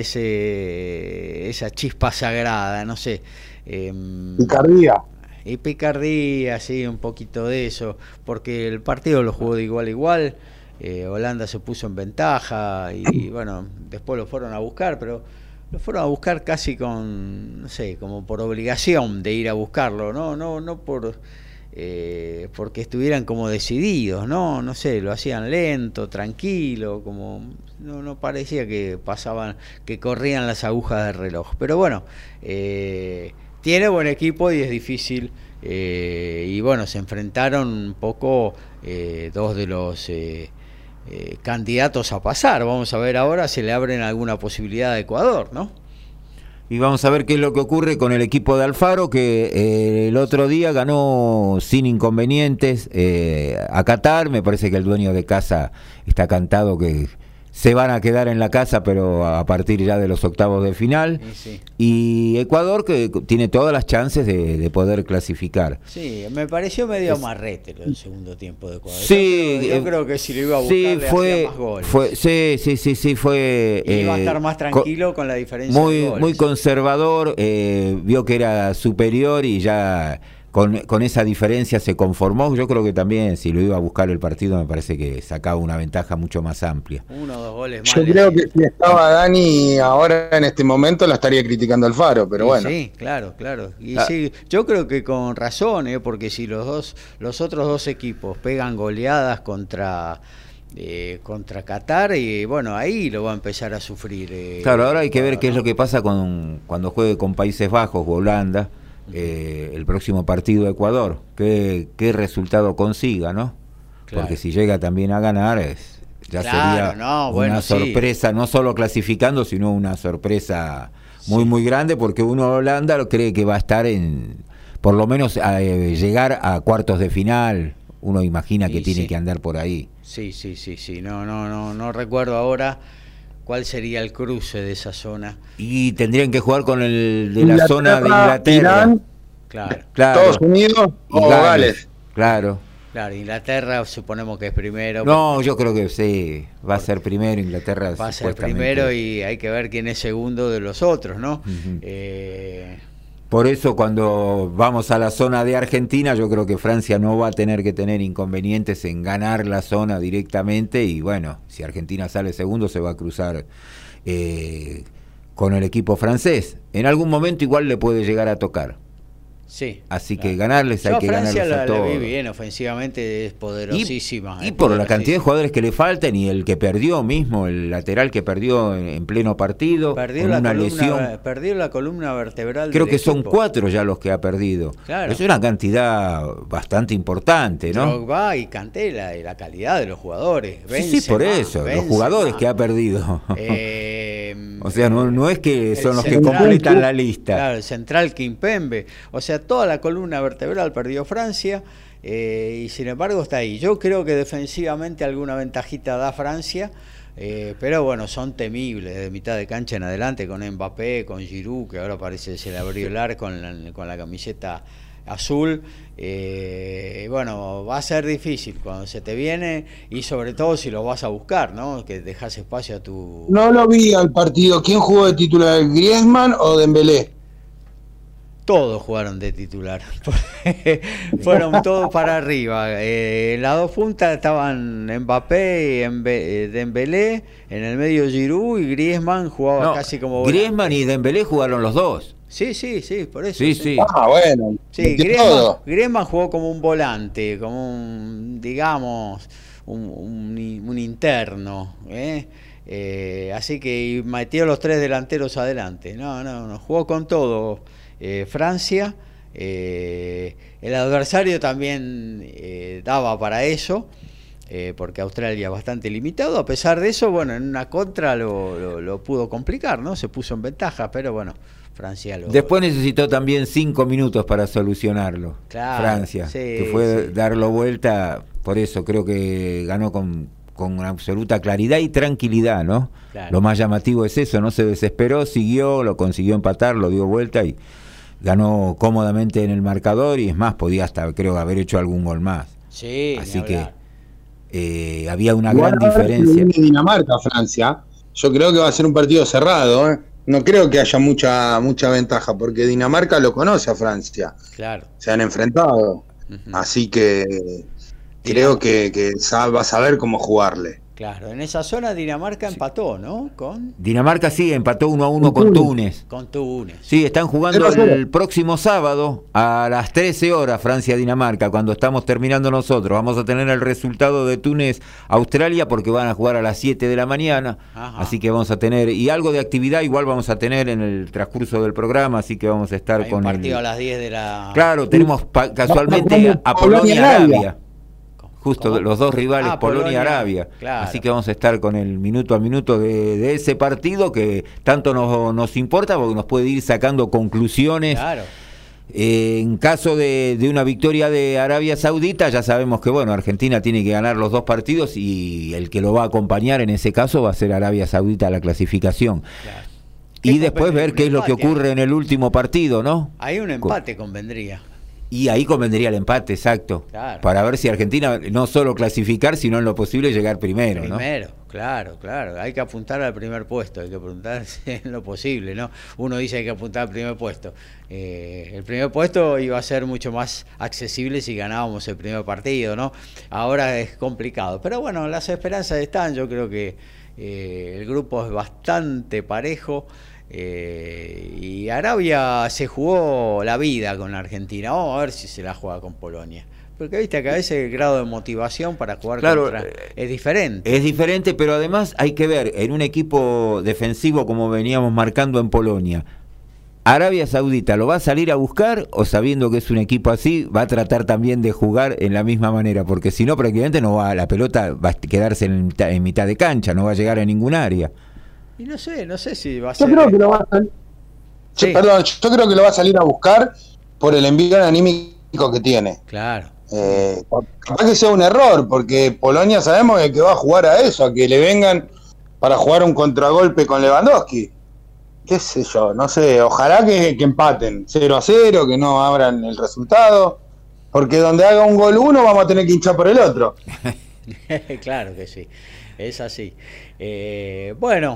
esa chispa sagrada, no sé. Picardía. Y picardía, sí, un poquito de eso, porque el partido lo jugó de igual a igual. Holanda se puso en ventaja y bueno, después lo fueron a buscar, pero lo fueron a buscar casi con, no sé, como por obligación de ir a buscarlo, no por porque estuvieran como decididos, no sé, lo hacían lento, tranquilo, como no parecía que pasaban, que corrían las agujas del reloj. Pero bueno, tiene buen equipo y es difícil, y bueno, se enfrentaron un poco dos de los candidatos a pasar. Vamos a ver ahora si le abren alguna posibilidad a Ecuador, ¿no? Y vamos a ver qué es lo que ocurre con el equipo de Alfaro, que el otro día ganó sin inconvenientes a Qatar. Me parece que el dueño de casa está cantado que se van a quedar en la casa, pero a partir ya de los octavos de final. Sí. Y Ecuador, que tiene todas las chances de poder clasificar. Sí, me pareció medio amarrete el segundo tiempo de Ecuador. Sí, yo creo que si lo iba a buscar le hacía más goles. Fue iba a estar más tranquilo con la diferencia de goles. Muy conservador, vio que era superior y ya con esa diferencia se conformó. Yo creo que también si lo iba a buscar el partido me parece que sacaba una ventaja mucho más amplia. 1 o 2 goles más. Yo creo que si estaba Dani ahora en este momento la estaría criticando Alfaro, pero bueno. Sí, claro. Y sí, yo creo que con razón, porque si los otros dos equipos pegan goleadas contra Qatar, y bueno, ahí lo va a empezar a sufrir. Claro, ahora hay que ver qué es lo que pasa cuando juegue con Países Bajos o Holanda. El próximo partido de Ecuador, qué resultado consiga, ¿no? Claro. Porque si llega también a ganar sería una sorpresa, sí. No solo clasificando, sino una sorpresa muy grande, porque uno Holanda lo cree que va a estar por lo menos llegar a cuartos de final. Uno imagina que tiene que andar por ahí. Sí, no recuerdo ahora cuál sería el cruce de esa zona. Y tendrían que jugar con el de la zona de Inglaterra. Irán, claro. Estados Unidos o Gales. Claro, Inglaterra suponemos que es primero. No, yo creo que sí, va a ser primero Inglaterra. Va a ser primero y hay que ver quién es segundo de los otros, ¿no? Uh-huh. Por eso cuando vamos a la zona de Argentina, yo creo que Francia no va a tener que tener inconvenientes en ganar la zona directamente, y bueno, si Argentina sale segundo se va a cruzar con el equipo francés. En algún momento igual le puede llegar a tocar. Sí. Así que ganarles hay que ganarles a todos. Francia la vi bien, ofensivamente es poderosísima. Y por la cantidad de jugadores que le faltan, y el que perdió mismo, el lateral que perdió en pleno partido, perdió con una lesión. Perdió la columna vertebral. Creo que son 4 ya los que ha perdido. Claro. Es una cantidad bastante importante, ¿no? Drogba y Cantela, y la calidad de los jugadores. Sí, por eso, los jugadores que ha perdido. O sea, no es que son los que completan la lista. Claro, el central Kimpembe. O sea, toda la columna vertebral perdió Francia, y sin embargo está ahí. Yo creo que defensivamente alguna ventajita da Francia, pero bueno, son temibles de mitad de cancha en adelante, con Mbappé, con Giroud, que ahora parece que se le abrió el arco con la camiseta azul. Bueno, va a ser difícil cuando se te viene, y sobre todo si lo vas a buscar, ¿no? Que dejas espacio a tu... No lo vi al partido. ¿Quién jugó de titular, Griezmann o Dembélé? Todos jugaron de titular. Fueron todos para arriba. En las dos puntas estaban Mbappé y Dembélé, en el medio Giroud, y Griezmann jugaba casi como volante. Griezmann y Dembélé jugaron los dos. Sí, por eso. Sí. Ah, bueno. Sí, Griezmann jugó como un volante, como un, digamos, un interno, así que metió los 3 delanteros adelante. No, jugó con todo. Francia, el adversario también daba para eso, porque Australia es bastante limitado. A pesar de eso, bueno, en una contra lo pudo complicar, ¿no? Se puso en ventaja, pero bueno, Francia Después necesitó también 5 minutos para solucionarlo. Claro, Francia, sí, que fue darlo vuelta, por eso creo que ganó con absoluta claridad y tranquilidad, ¿no? Claro. Lo más llamativo es eso, no se desesperó, siguió, lo consiguió empatar, lo dio vuelta y ganó cómodamente en el marcador, y es más, podía hasta, creo, haber hecho algún gol más. Sí, así que había una gran Ahora diferencia. Dinamarca-Francia, yo creo que va a ser un partido cerrado, ¿eh? No creo que haya mucha ventaja, porque Dinamarca lo conoce a Francia. Claro. Se han enfrentado. Así que creo que va a saber cómo jugarle. Claro, en esa zona Dinamarca empató, ¿no? Dinamarca sí, empató 1-1 con Túnez. Con Túnez. Sí, están jugando el próximo sábado a las 13 horas Francia-Dinamarca, cuando estamos terminando nosotros. Vamos a tener el resultado de Túnez-Australia, porque van a jugar a las 7 de la mañana. Ajá. Así que vamos a tener, y algo de actividad igual vamos a tener en el transcurso del programa, así que vamos a estar Hay con un partido a las 10 de la... Claro, tenemos casualmente a Polonia-Arabia. Justo los dos rivales, Polonia y Arabia. Claro. Así que vamos a estar con el minuto a minuto de ese partido, que tanto nos importa, porque nos puede ir sacando conclusiones. Claro. En caso de una victoria de Arabia Saudita, ya sabemos que bueno, Argentina tiene que ganar los dos partidos, y el que lo va a acompañar en ese caso va a ser Arabia Saudita a la clasificación. Claro. Y después ver qué es lo que ocurre en el último partido, ¿no? Ahí un empate convendría. Y ahí convendría el empate, exacto. Claro. Para ver si Argentina no solo clasificar, sino en lo posible llegar primero, ¿no? Primero, claro. Hay que apuntar al primer puesto, hay que apuntar en lo posible, ¿no? Uno dice que hay que apuntar al primer puesto. El primer puesto iba a ser mucho más accesible si ganábamos el primer partido, ¿no? Ahora es complicado. Pero bueno, las esperanzas están. Yo creo que el grupo es bastante parejo. Y Arabia se jugó la vida con Argentina. Vamos a ver si se la juega con Polonia, porque viste que a veces el grado de motivación para jugar contra es diferente. Es diferente, pero además hay que ver, en un equipo defensivo como veníamos marcando en Polonia, Arabia Saudita lo va a salir a buscar, o sabiendo que es un equipo así va a tratar también de jugar en la misma manera, porque si no prácticamente no va, la pelota va a quedarse en mitad de cancha, no va a llegar a ningún área. Y no sé si va a ser... Yo creo que lo va a salir. Sí. Perdón, yo creo que lo va a salir a buscar por el envío anímico que tiene. Claro. Capaz que sea un error, porque Polonia sabemos que va a jugar a eso, a que le vengan para jugar un contragolpe con Lewandowski. Qué sé yo, no sé, ojalá que empaten 0-0, que no abran el resultado, porque donde haga un gol uno vamos a tener que hinchar por el otro. Claro que sí, es así. Bueno,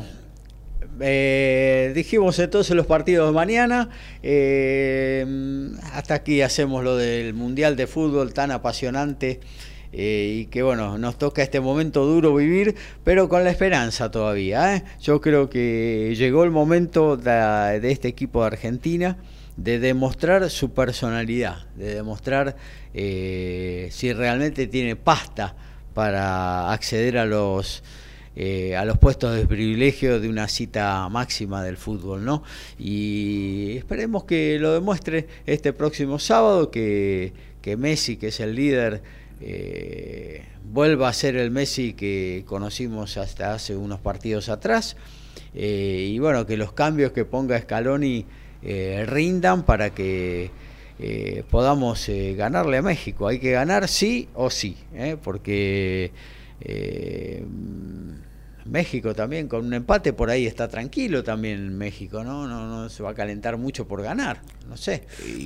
dijimos entonces los partidos de mañana. Hasta aquí hacemos lo del Mundial de Fútbol tan apasionante, y que bueno, nos toca este momento duro vivir, pero con la esperanza todavía, ¿eh? Yo creo que llegó el momento de este equipo de Argentina de demostrar su personalidad, de demostrar si realmente tiene pasta para acceder a los puestos de privilegio de una cita máxima del fútbol, ¿no? Y esperemos que lo demuestre este próximo sábado, que Messi, que es el líder, vuelva a ser el Messi que conocimos hasta hace unos partidos atrás, y bueno, que los cambios que ponga Scaloni rindan para que podamos ganarle a México. Hay que ganar sí o sí, porque México también con un empate por ahí está tranquilo también. México no se va a calentar mucho por ganar, no sé.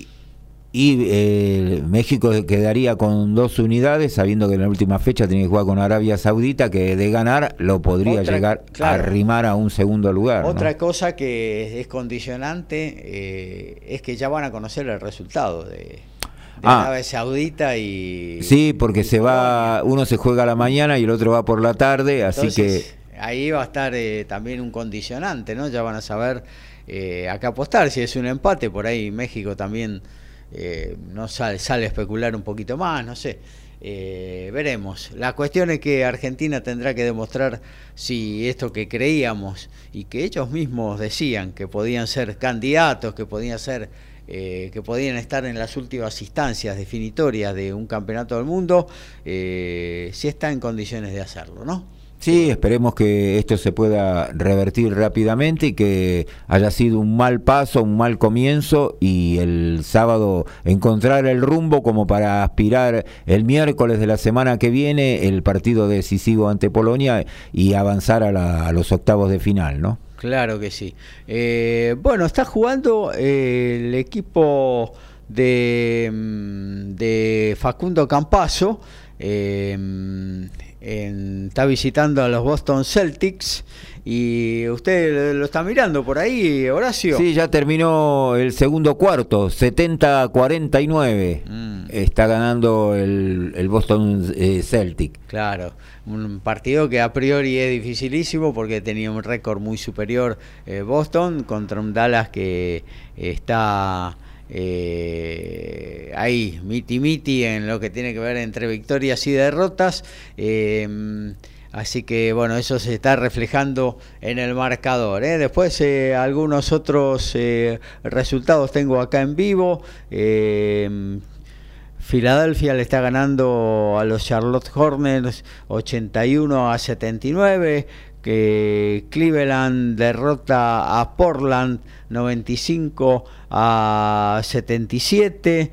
Y México quedaría con 2 unidades, sabiendo que en la última fecha tiene que jugar con Arabia Saudita, que de ganar lo podría llegar a arrimar a un segundo lugar. Otra ¿no? cosa que es condicionante es que ya van a conocer el resultado de Arabia Saudita y... Sí, porque uno se juega a la mañana y el otro va por la tarde, así entonces, que... Ahí va a estar también un condicionante, ¿no? Ya van a saber a qué apostar. Si es un empate, por ahí México también... no sale a especular un poquito más, no sé, veremos. La cuestión es que Argentina tendrá que demostrar si esto que creíamos y que ellos mismos decían que podían ser candidatos, que podían ser que podían estar en las últimas instancias definitorias de un campeonato del mundo, sí está en condiciones de hacerlo, ¿no? Sí, esperemos que esto se pueda revertir rápidamente y que haya sido un mal paso, un mal comienzo, y el sábado encontrar el rumbo como para aspirar el miércoles de la semana que viene el partido decisivo ante Polonia y avanzar a los octavos de final, ¿no? Claro que sí. Bueno, está jugando el equipo de Facundo Campazzo. Está visitando a los Boston Celtics y usted lo está mirando por ahí, Horacio. Sí, ya terminó el segundo cuarto, 70-49. Está ganando el Boston Celtic. Claro, un partido que a priori es dificilísimo porque tenía un récord muy superior Boston contra un Dallas que está ahí miti en lo que tiene que ver entre victorias y derrotas, así que bueno, eso se está reflejando en el marcador, Después algunos otros resultados tengo acá en vivo. Filadelfia le está ganando a los Charlotte Hornets 81-79. Que Cleveland derrota a Portland 95-77.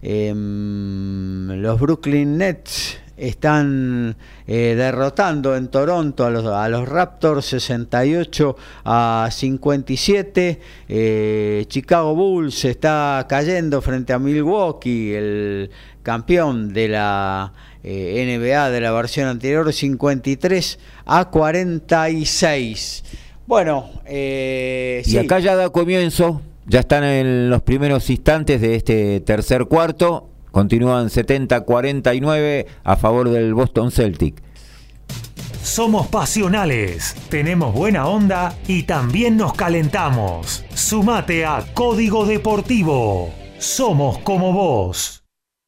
Los Brooklyn Nets están derrotando en Toronto a los Raptors 68-57. Chicago Bulls está cayendo frente a Milwaukee, el campeón de la NBA de la versión anterior, 53-46. Bueno, y sí. acá ya da comienzo, ya están en los primeros instantes de este tercer cuarto. Continúan 70-49 a favor del Boston Celtic. Somos pasionales, tenemos buena onda y también nos calentamos. Sumate a Código Deportivo. Somos como vos.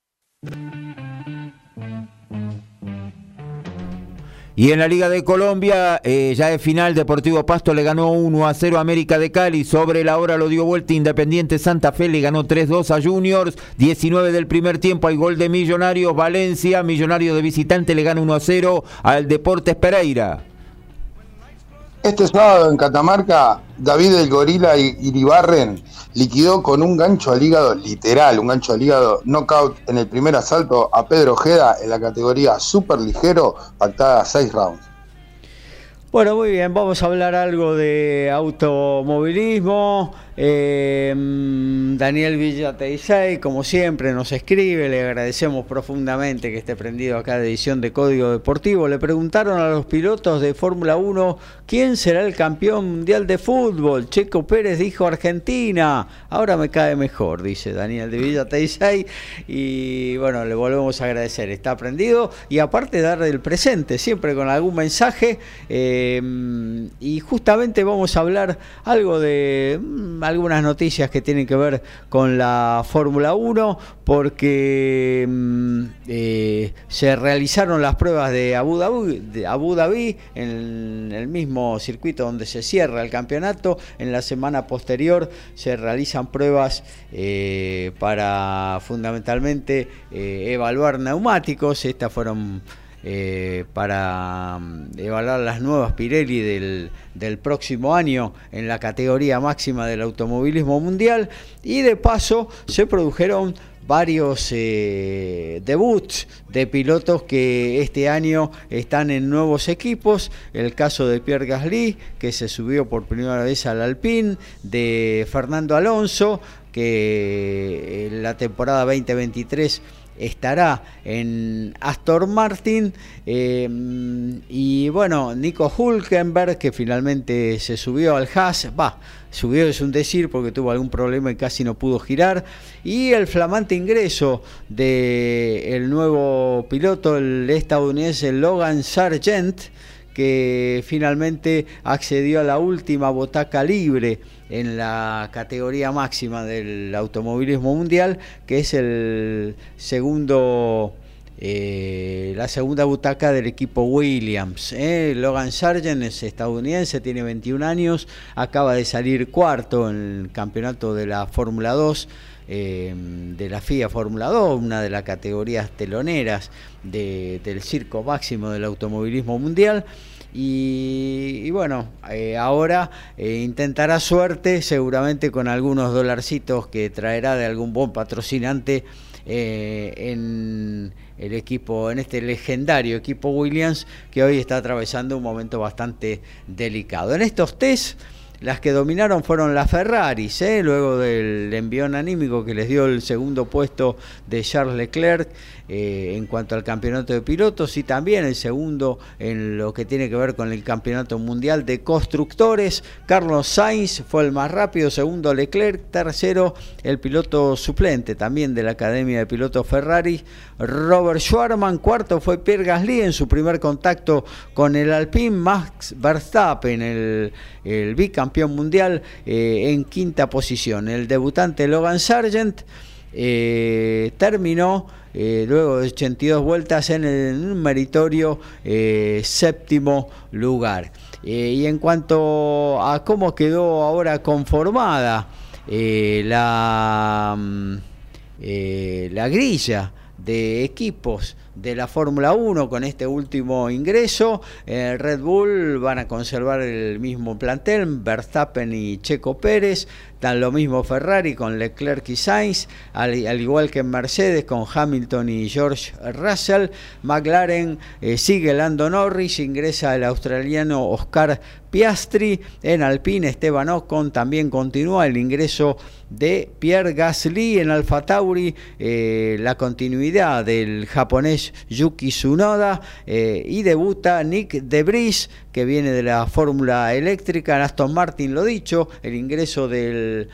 Y en la Liga de Colombia, ya de final, Deportivo Pasto le ganó 1-0 a América de Cali. Sobre la hora lo dio vuelta Independiente Santa Fe, le ganó 3-2 a Juniors. 19 del primer tiempo, hay gol de Millonarios. Valencia, Millonarios de visitante, le gana 1-0 al Deportes Pereira. Este sábado en Catamarca, David el Gorila Iribarren liquidó con un gancho al hígado, literal, un gancho al hígado, knockout en el primer asalto a Pedro Ojeda en la categoría super ligero, pactada a 6 rounds. Bueno, muy bien, vamos a hablar algo de automovilismo. Daniel Villateisay, como siempre, nos escribe, le agradecemos profundamente que esté prendido acá de edición de Código Deportivo. Le preguntaron a los pilotos de Fórmula 1 quién será el campeón mundial de fútbol. Checo Pérez dijo Argentina. Ahora me cae mejor, dice Daniel de Villateisay. Y bueno, le volvemos a agradecer, está prendido y aparte darle el presente, siempre con algún mensaje. Y justamente vamos a hablar algo de algunas noticias que tienen que ver con la Fórmula 1, porque se realizaron las pruebas de Abu Dhabi en el mismo circuito donde se cierra el campeonato. En la semana posterior se realizan pruebas para fundamentalmente evaluar neumáticos. Estas fueron para evaluar las nuevas Pirelli del próximo año en la categoría máxima del automovilismo mundial, y de paso se produjeron varios debuts de pilotos que este año están en nuevos equipos. El caso de Pierre Gasly, que se subió por primera vez al Alpine, de Fernando Alonso, que en la temporada 2023 estará en Aston Martin, y bueno, Nico Hülkenberg, que finalmente se subió al Haas, subió es un decir porque tuvo algún problema y casi no pudo girar, y el flamante ingreso del nuevo piloto, el estadounidense Logan Sargent, que finalmente accedió a la última butaca libre en la categoría máxima del automovilismo mundial, que es la segunda butaca del equipo Williams. Logan Sargent es estadounidense, tiene 21 años, acaba de salir cuarto en el campeonato de la Fórmula 2 de la FIA Fórmula 2, una de las categorías teloneras del circo máximo del automovilismo mundial. Y bueno, ahora intentará suerte seguramente con algunos dolarcitos que traerá de algún buen patrocinante en el equipo, en este legendario equipo Williams, que hoy está atravesando un momento bastante delicado. En estos test, las que dominaron fueron las Ferraris, luego del envión anímico que les dio el segundo puesto de Charles Leclerc en cuanto al campeonato de pilotos, y también el segundo en lo que tiene que ver con el campeonato mundial de constructores. Carlos Sainz fue el más rápido, segundo Leclerc, tercero el piloto suplente también de la Academia de Pilotos Ferrari, Robert Schwarman, cuarto fue Pierre Gasly en su primer contacto con el Alpine, Max Verstappen, el bicampeón mundial, en quinta posición. El debutante Logan Sargent terminó luego de 82 vueltas en un meritorio séptimo lugar. Y en cuanto a cómo quedó ahora conformada la grilla de equipos de la Fórmula 1 con este último ingreso, Red Bull van a conservar el mismo plantel, Verstappen y Checo Pérez, tan lo mismo Ferrari con Leclerc y Sainz, al igual que en Mercedes con Hamilton y George Russell. McLaren sigue Lando Norris, ingresa el australiano Oscar Piastri. En Alpine, Esteban Ocon, también continúa el ingreso de Pierre Gasly. En AlphaTauri, la continuidad del japonés Yuki Tsunoda, y debuta Nick De Vries, que viene de la Fórmula Eléctrica. En Aston Martin, lo dicho, el ingreso del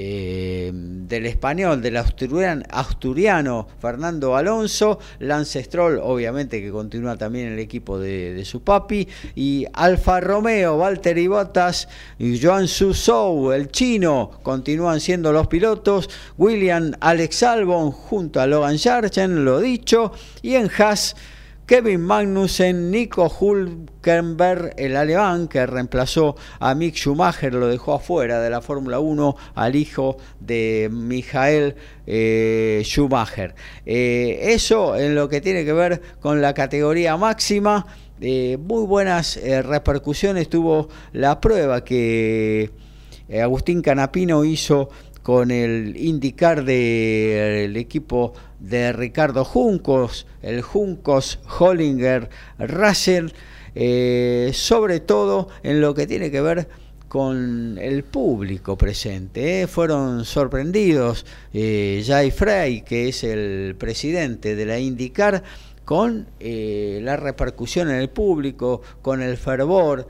español, del asturiano Fernando Alonso. Lance Stroll, obviamente, que continúa también en el equipo de su papi, y Alfa Romeo, Valtteri Bottas y Joan Zhou, el chino, continúan siendo los pilotos. William Alex Albon junto a Logan Sargent, lo dicho, y en Haas, Kevin Magnussen, Nico Hülkenberg, el alemán que reemplazó a Mick Schumacher, lo dejó afuera de la Fórmula 1 al hijo de Michael Schumacher. Eso en lo que tiene que ver con la categoría máxima. Muy buenas repercusiones tuvo la prueba que Agustín Canapino hizo con el IndyCar del equipo de Ricardo Juncos, el Juncos Hollinger Russell, sobre todo en lo que tiene que ver con el público presente. Fueron sorprendidos Jay Frey, que es el presidente de la IndyCar, con la repercusión en el público, con el fervor,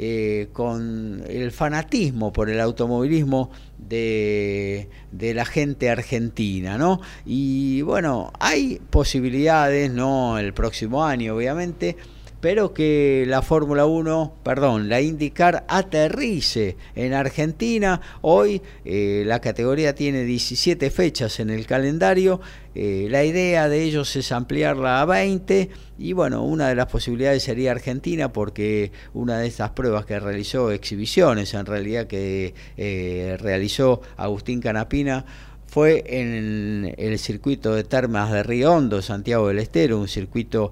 con el fanatismo por el automovilismo de la gente argentina, ¿no? Y bueno, hay posibilidades, no el próximo año obviamente, pero que la la IndyCar aterrice en Argentina. Hoy la categoría tiene 17 fechas en el calendario. La idea de ellos es ampliarla a 20, y bueno, una de las posibilidades sería Argentina, porque una de estas pruebas que realizó, exhibiciones en realidad, que realizó Agustín Canapino, fue en el circuito de Termas de Río Hondo, Santiago del Estero, un circuito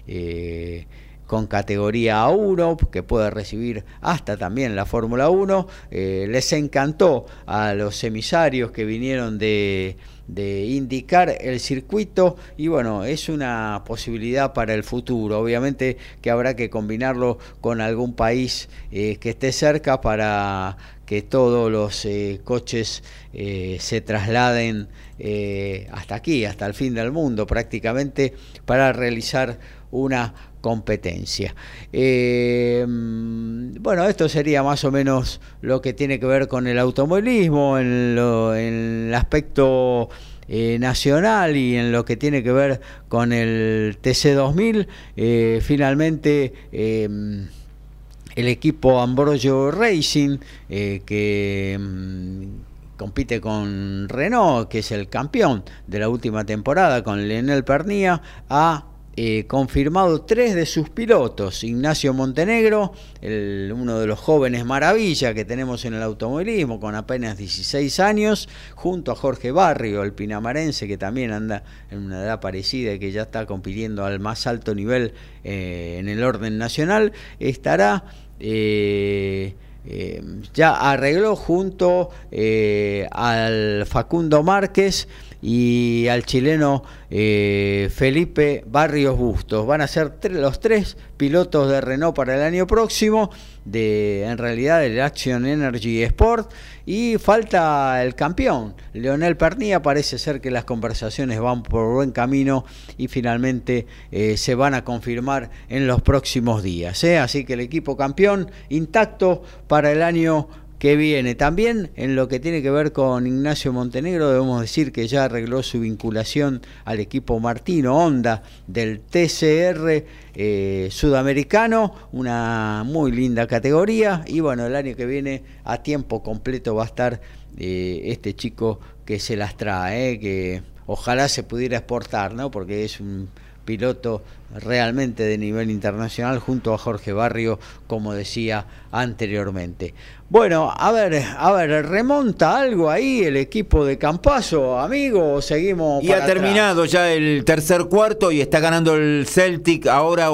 con categoría A1, que puede recibir hasta también la Fórmula 1. Les encantó a los emisarios que vinieron de IndyCar el circuito, y bueno, es una posibilidad para el futuro. Obviamente que habrá que combinarlo con algún país que esté cerca, para que todos los coches se trasladen hasta aquí, hasta el fin del mundo prácticamente, para realizar una competencia. Bueno, esto sería más o menos lo que tiene que ver con el automovilismo en el aspecto nacional, y en lo que tiene que ver con el TC2000. Finalmente el equipo Ambrogio Racing, que compite con Renault, que es el campeón de la última temporada, con Lionel Pernía, ha confirmado 3 de sus pilotos. Ignacio Montenegro, uno de los jóvenes maravilla que tenemos en el automovilismo, con apenas 16 años, junto a Jorge Barrio, el pinamarense, que también anda en una edad parecida y que ya está compitiendo al más alto nivel en el orden nacional. Estará... ya arregló junto al Facundo Márquez y al chileno Felipe Barrios Bustos. Van a ser los 3 pilotos de Renault para el año próximo, en realidad del Action Energy Sport, y falta el campeón, Leonel Pernía. Parece ser que las conversaciones van por buen camino y finalmente se van a confirmar en los próximos días, así que el equipo campeón intacto para el año que viene. También en lo que tiene que ver con Ignacio Montenegro, debemos decir que ya arregló su vinculación al equipo Martino Honda del TCR sudamericano, una muy linda categoría, y bueno, el año que viene a tiempo completo va a estar este chico que se las trae, que ojalá se pudiera exportar, ¿no? Porque es un piloto realmente de nivel internacional, junto a Jorge Barrio, como decía anteriormente. Bueno, a ver, ¿remonta algo ahí el equipo de Campazo, amigo, o seguimos? Y ha terminado ya el tercer cuarto y está ganando el Celtic ahora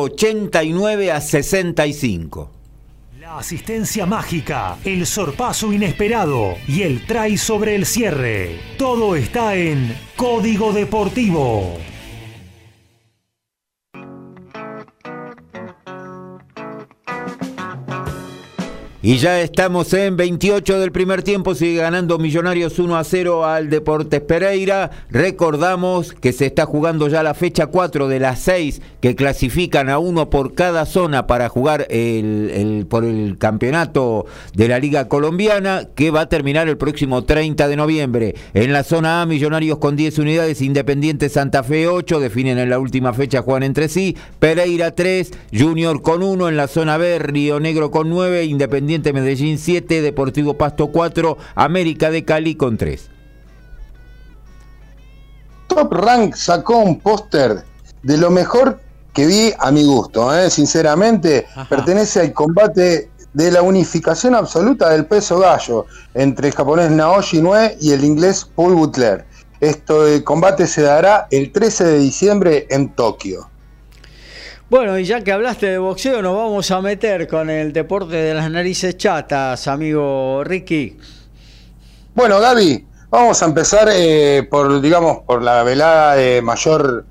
89-65. La asistencia mágica, el sorpaso inesperado y el try sobre el cierre. Todo está en Código Deportivo. Y ya estamos en 28 del primer tiempo, sigue ganando Millonarios 1-0 al Deportes Pereira. Recordamos que se está jugando ya la fecha 4 de las 6 que clasifican a uno por cada zona para jugar por el campeonato de la Liga Colombiana, que va a terminar el próximo 30 de noviembre. En la zona A, Millonarios con 10 unidades, Independiente Santa Fe 8, definen en la última fecha, juegan entre sí, Pereira 3, Junior con 1, en la zona B, Río Negro con 9, Independiente Medellín 7, Deportivo Pasto 4, América de Cali con 3. Top Rank sacó un póster de lo mejor que vi a mi gusto, sinceramente. Ajá. Pertenece al combate de la unificación absoluta del peso gallo entre el japonés Naoshi Inoue y el inglés Paul Butler. El combate se dará el 13 de diciembre en Tokio. Bueno, y ya que hablaste de boxeo, nos vamos a meter con el deporte de las narices chatas, amigo Ricky. Bueno, Gaby, vamos a empezar por la velada de mayor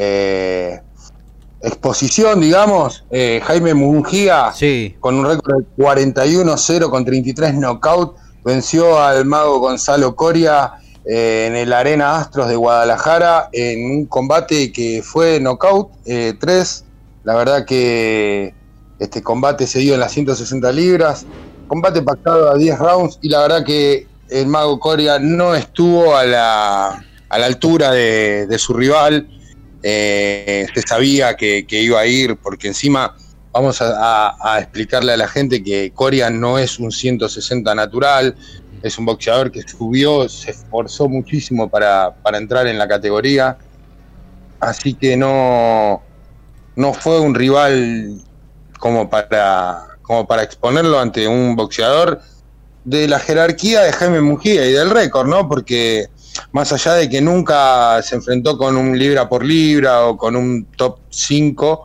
exposición, digamos. Jaime Munguía, sí, con un récord de 41-0 con 33 knockout, venció al mago Gonzalo Coria en el Arena Astros de Guadalajara en un combate que fue knockout 3. La verdad que este combate se dio en las 160 libras, combate pactado a 10 rounds, y la verdad que el mago Coria no estuvo a la altura de su rival. Se sabía que iba a ir, porque encima vamos a explicarle a la gente que Coria no es un 160 natural, es un boxeador que subió, se esforzó muchísimo para entrar en la categoría, así que no fue un rival como para exponerlo ante un boxeador de la jerarquía de Jaime Munguía y del récord, ¿no? Porque más allá de que nunca se enfrentó con un libra por libra o con un top 5,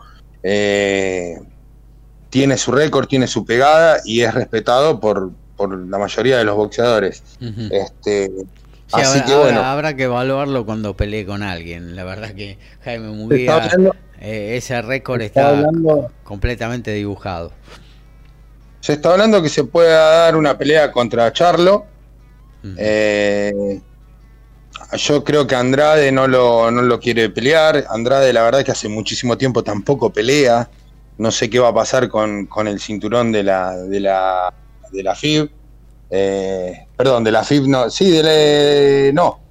tiene su récord, tiene su pegada y es respetado por la mayoría de los boxeadores. Uh-huh. Sí, así que bueno, habrá que evaluarlo cuando pelee con alguien. La verdad que Jaime Munguía, ese récord está completamente dibujado. Se está hablando que se pueda dar una pelea contra Charlo. Uh-huh. Yo creo que Andrade no lo quiere pelear. Andrade, la verdad que hace muchísimo tiempo tampoco pelea. No sé qué va a pasar con el cinturón de la FIB. Perdón, de la FIB no, sí, de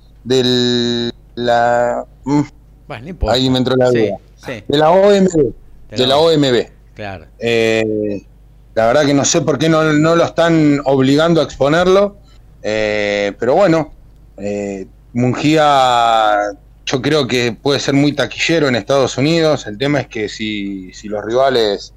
la bueno, no importa. Ahí me entró la duda. Sí. De la OMB. De la OMB. Claro. La verdad que no sé por qué no lo están obligando a exponerlo. Pero bueno, Munguía Yo creo que puede ser muy taquillero en Estados Unidos. El tema es que si los rivales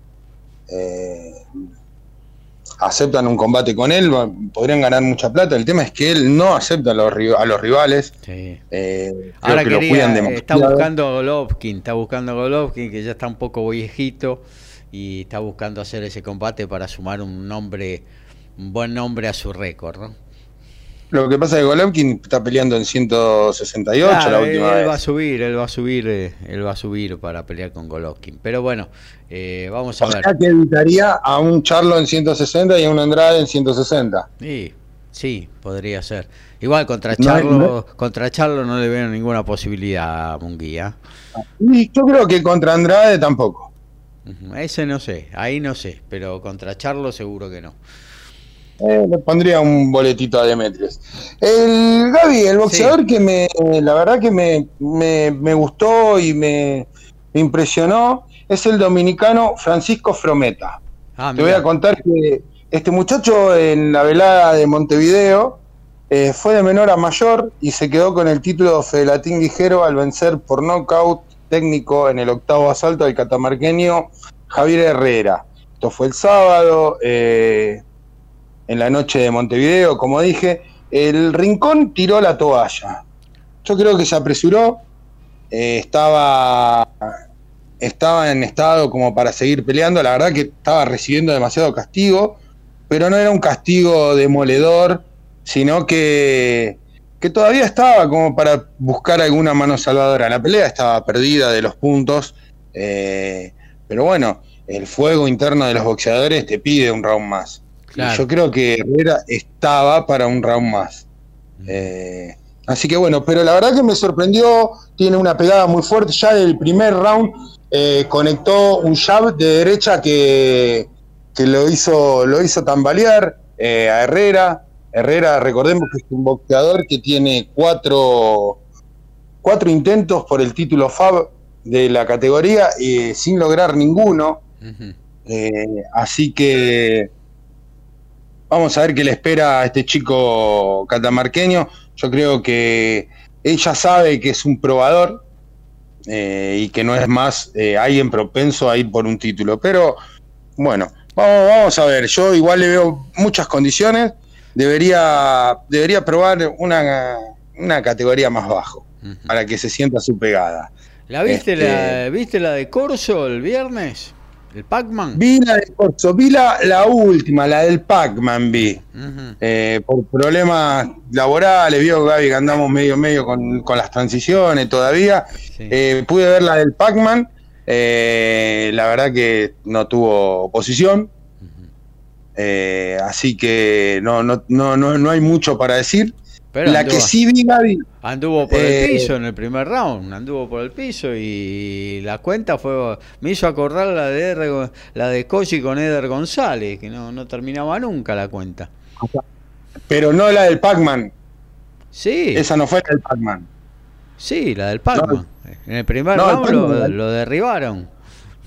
aceptan un combate con él, podrían ganar mucha plata. El tema es que él no acepta a los rivales. Sí. Ahora que lo cuidan está buscando a Golovkin, que ya está un poco viejito y está buscando hacer ese combate para sumar un buen nombre a su récord, ¿no? Lo que pasa es que Golovkin está peleando en 168 la última vez. Él va a subir para pelear con Golovkin. Pero bueno, vamos a ver. O sea que evitaría a un Charlo en 160 y a un Andrade en 160. Sí, podría ser. Igual contra Charlo no le veo ninguna posibilidad a Munguía. Y yo creo que contra Andrade tampoco. Ese no sé, ahí no sé, pero contra Charlo seguro que no. Le pondría un boletito a Demetrius. El Gaby, el boxeador que la verdad que me gustó y me impresionó, es el dominicano Francisco Frometa. Te voy a contar que este muchacho en la velada de Montevideo fue de menor a mayor y se quedó con el título fedelatín ligero al vencer por nocaut técnico en el 8º asalto al catamarqueño Javier Herrera. Esto fue el sábado, en la noche de Montevideo, como dije. El Rincón tiró la toalla. Yo creo que se apresuró, estaba en estado como para seguir peleando. La verdad que estaba recibiendo demasiado castigo, pero no era un castigo demoledor, sino que todavía estaba como para buscar alguna mano salvadora. La pelea estaba perdida de los puntos, pero bueno, el fuego interno de los boxeadores te pide un round más. Claro. Yo creo que Herrera estaba para un round más. Así que bueno, pero la verdad que me sorprendió. Tiene una pegada muy fuerte. Ya del primer round conectó un jab de derecha que lo hizo tambalear a Herrera. Herrera, recordemos que es un boxeador que tiene cuatro intentos por el título FAB de la categoría sin lograr ninguno. Así que vamos a ver qué le espera a este chico catamarqueño. Yo creo que ella sabe que es un probador y que no es más alguien propenso a ir por un título. Pero bueno, vamos a ver. Yo igual le veo muchas condiciones. Debería probar una categoría más bajo para que se sienta su pegada. ¿La viste, viste la de Corso el viernes? ¿El Pac-Man? Vi la de Corso, vi la última, la del Pac-Man vi. Por problemas laborales, vio Gaby que andamos medio con las transiciones todavía. Sí. Pude ver la del Pac-Man, la verdad que no tuvo oposición. Así que no hay mucho para decir. Pero la que sí vi, Gaby, anduvo por el piso en el primer round, anduvo por el piso y la cuenta me hizo acordar la de Koji con Eder González, que no terminaba nunca la cuenta. Pero no la del Pac-Man. Sí. Esa no fue la del Pac-Man. Sí, la del Pac-Man. En el primer round lo derribaron.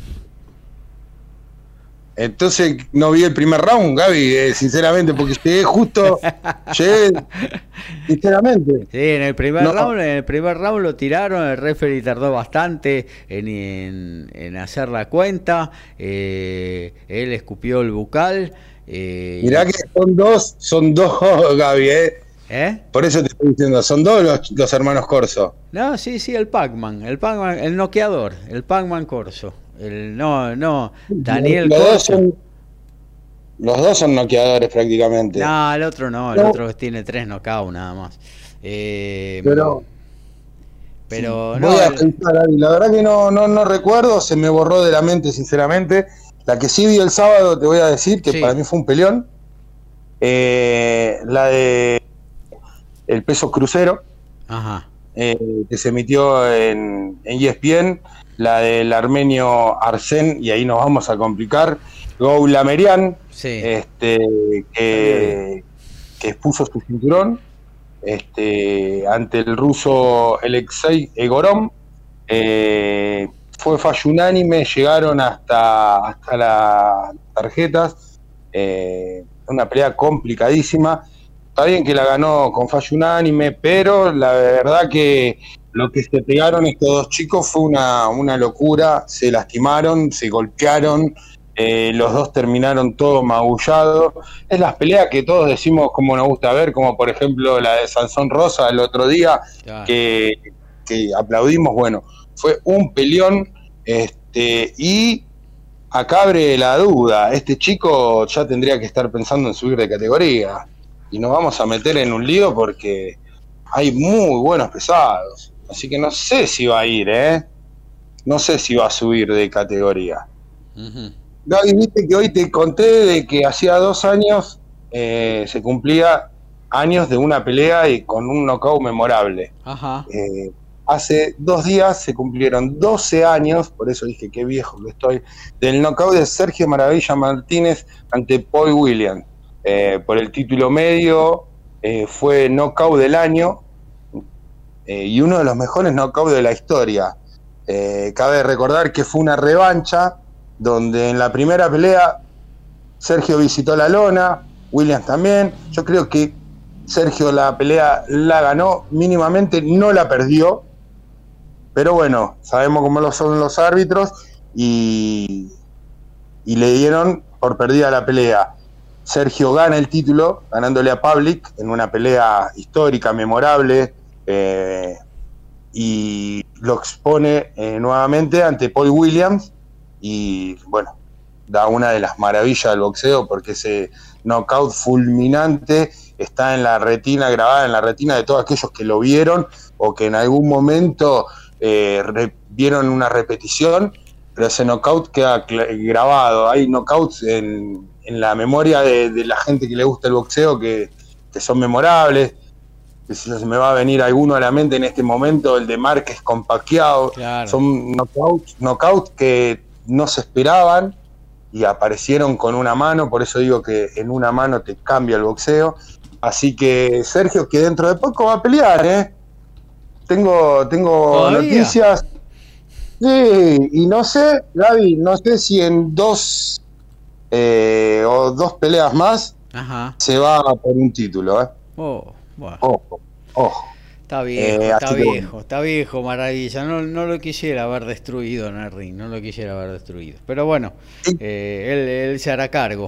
Entonces no vi el primer round, Gaby, sinceramente, porque llegué sinceramente. Sí, en el primer round lo tiraron, el referee tardó bastante en hacer la cuenta, él escupió el bucal. Mirá que son dos, Gaby, Por eso te estoy diciendo, son dos los hermanos Corso. No, sí, el Pac-Man, el noqueador, el Pac-Man Corso. Daniel Corso. Los dos son noqueadores prácticamente. No, el otro no, el otro tiene 3 knockouts nada más. Pero no. Voy a pensar, la verdad que no recuerdo, se me borró de la mente, sinceramente. La que sí vi el sábado, te voy a decir, que para mí fue un peleón. La de el peso crucero. Ajá. Que se emitió en ESPN. La del armenio Arsen, y ahí nos vamos a complicar. Goulamerian, que expuso su cinturón ante el ruso Alexei Egorov. Fue fallo unánime, llegaron hasta las tarjetas. Una pelea complicadísima. Está bien que la ganó con fallo unánime, pero la verdad que lo que se pegaron estos dos chicos fue una locura, se lastimaron, se golpearon, los dos terminaron todos magullados. Es las peleas que todos decimos como nos gusta ver, como por ejemplo la de Sansón Rosa el otro día, que aplaudimos. Bueno, fue un peleón, y acá abre la duda, este chico ya tendría que estar pensando en subir de categoría, y nos vamos a meter en un lío porque hay muy buenos pesados. Así que no sé si va a ir, no sé si va a subir de categoría. Gaby, viste que hoy te conté de que hacía 2 años se cumplía años de una pelea y con un knockout memorable. Ajá. Hace 2 días se cumplieron 12 años, por eso dije qué viejo que estoy, del knockout de Sergio Maravilla Martínez ante Paul Williams. Por el título medio, fue knockout del año, y uno de los mejores knockouts de la historia. Cabe recordar que fue una revancha donde en la primera pelea Sergio visitó la lona, Williams también. Yo creo que Sergio la pelea la ganó mínimamente, no la perdió, pero bueno, sabemos cómo lo son los árbitros, y le dieron por perdida la pelea. Sergio gana el título ganándole a Pavlik en una pelea histórica, memorable, y lo expone nuevamente ante Paul Williams, y bueno, da una de las maravillas del boxeo, porque ese knockout fulminante está en la retina, grabada en la retina de todos aquellos que lo vieron o que en algún momento vieron una repetición, pero ese knockout queda grabado. Hay knockouts en la memoria de la gente que le gusta el boxeo que son memorables. Si se me va a venir alguno a la mente en este momento, el de Márquez con Pacquiao. Claro. Son knockouts que no se esperaban y aparecieron con una mano, por eso digo que en una mano te cambia el boxeo. Así que Sergio, que dentro de poco va a pelear, Tengo noticias. Sí, y no sé, Gaby, no sé si en 2 o 2 peleas más se va por un título, Bueno. Ojo. Está viejo, está viejo, Maravilla. No lo quisiera haber destruido en el ring, no lo quisiera haber destruido. Pero bueno, él se hará cargo.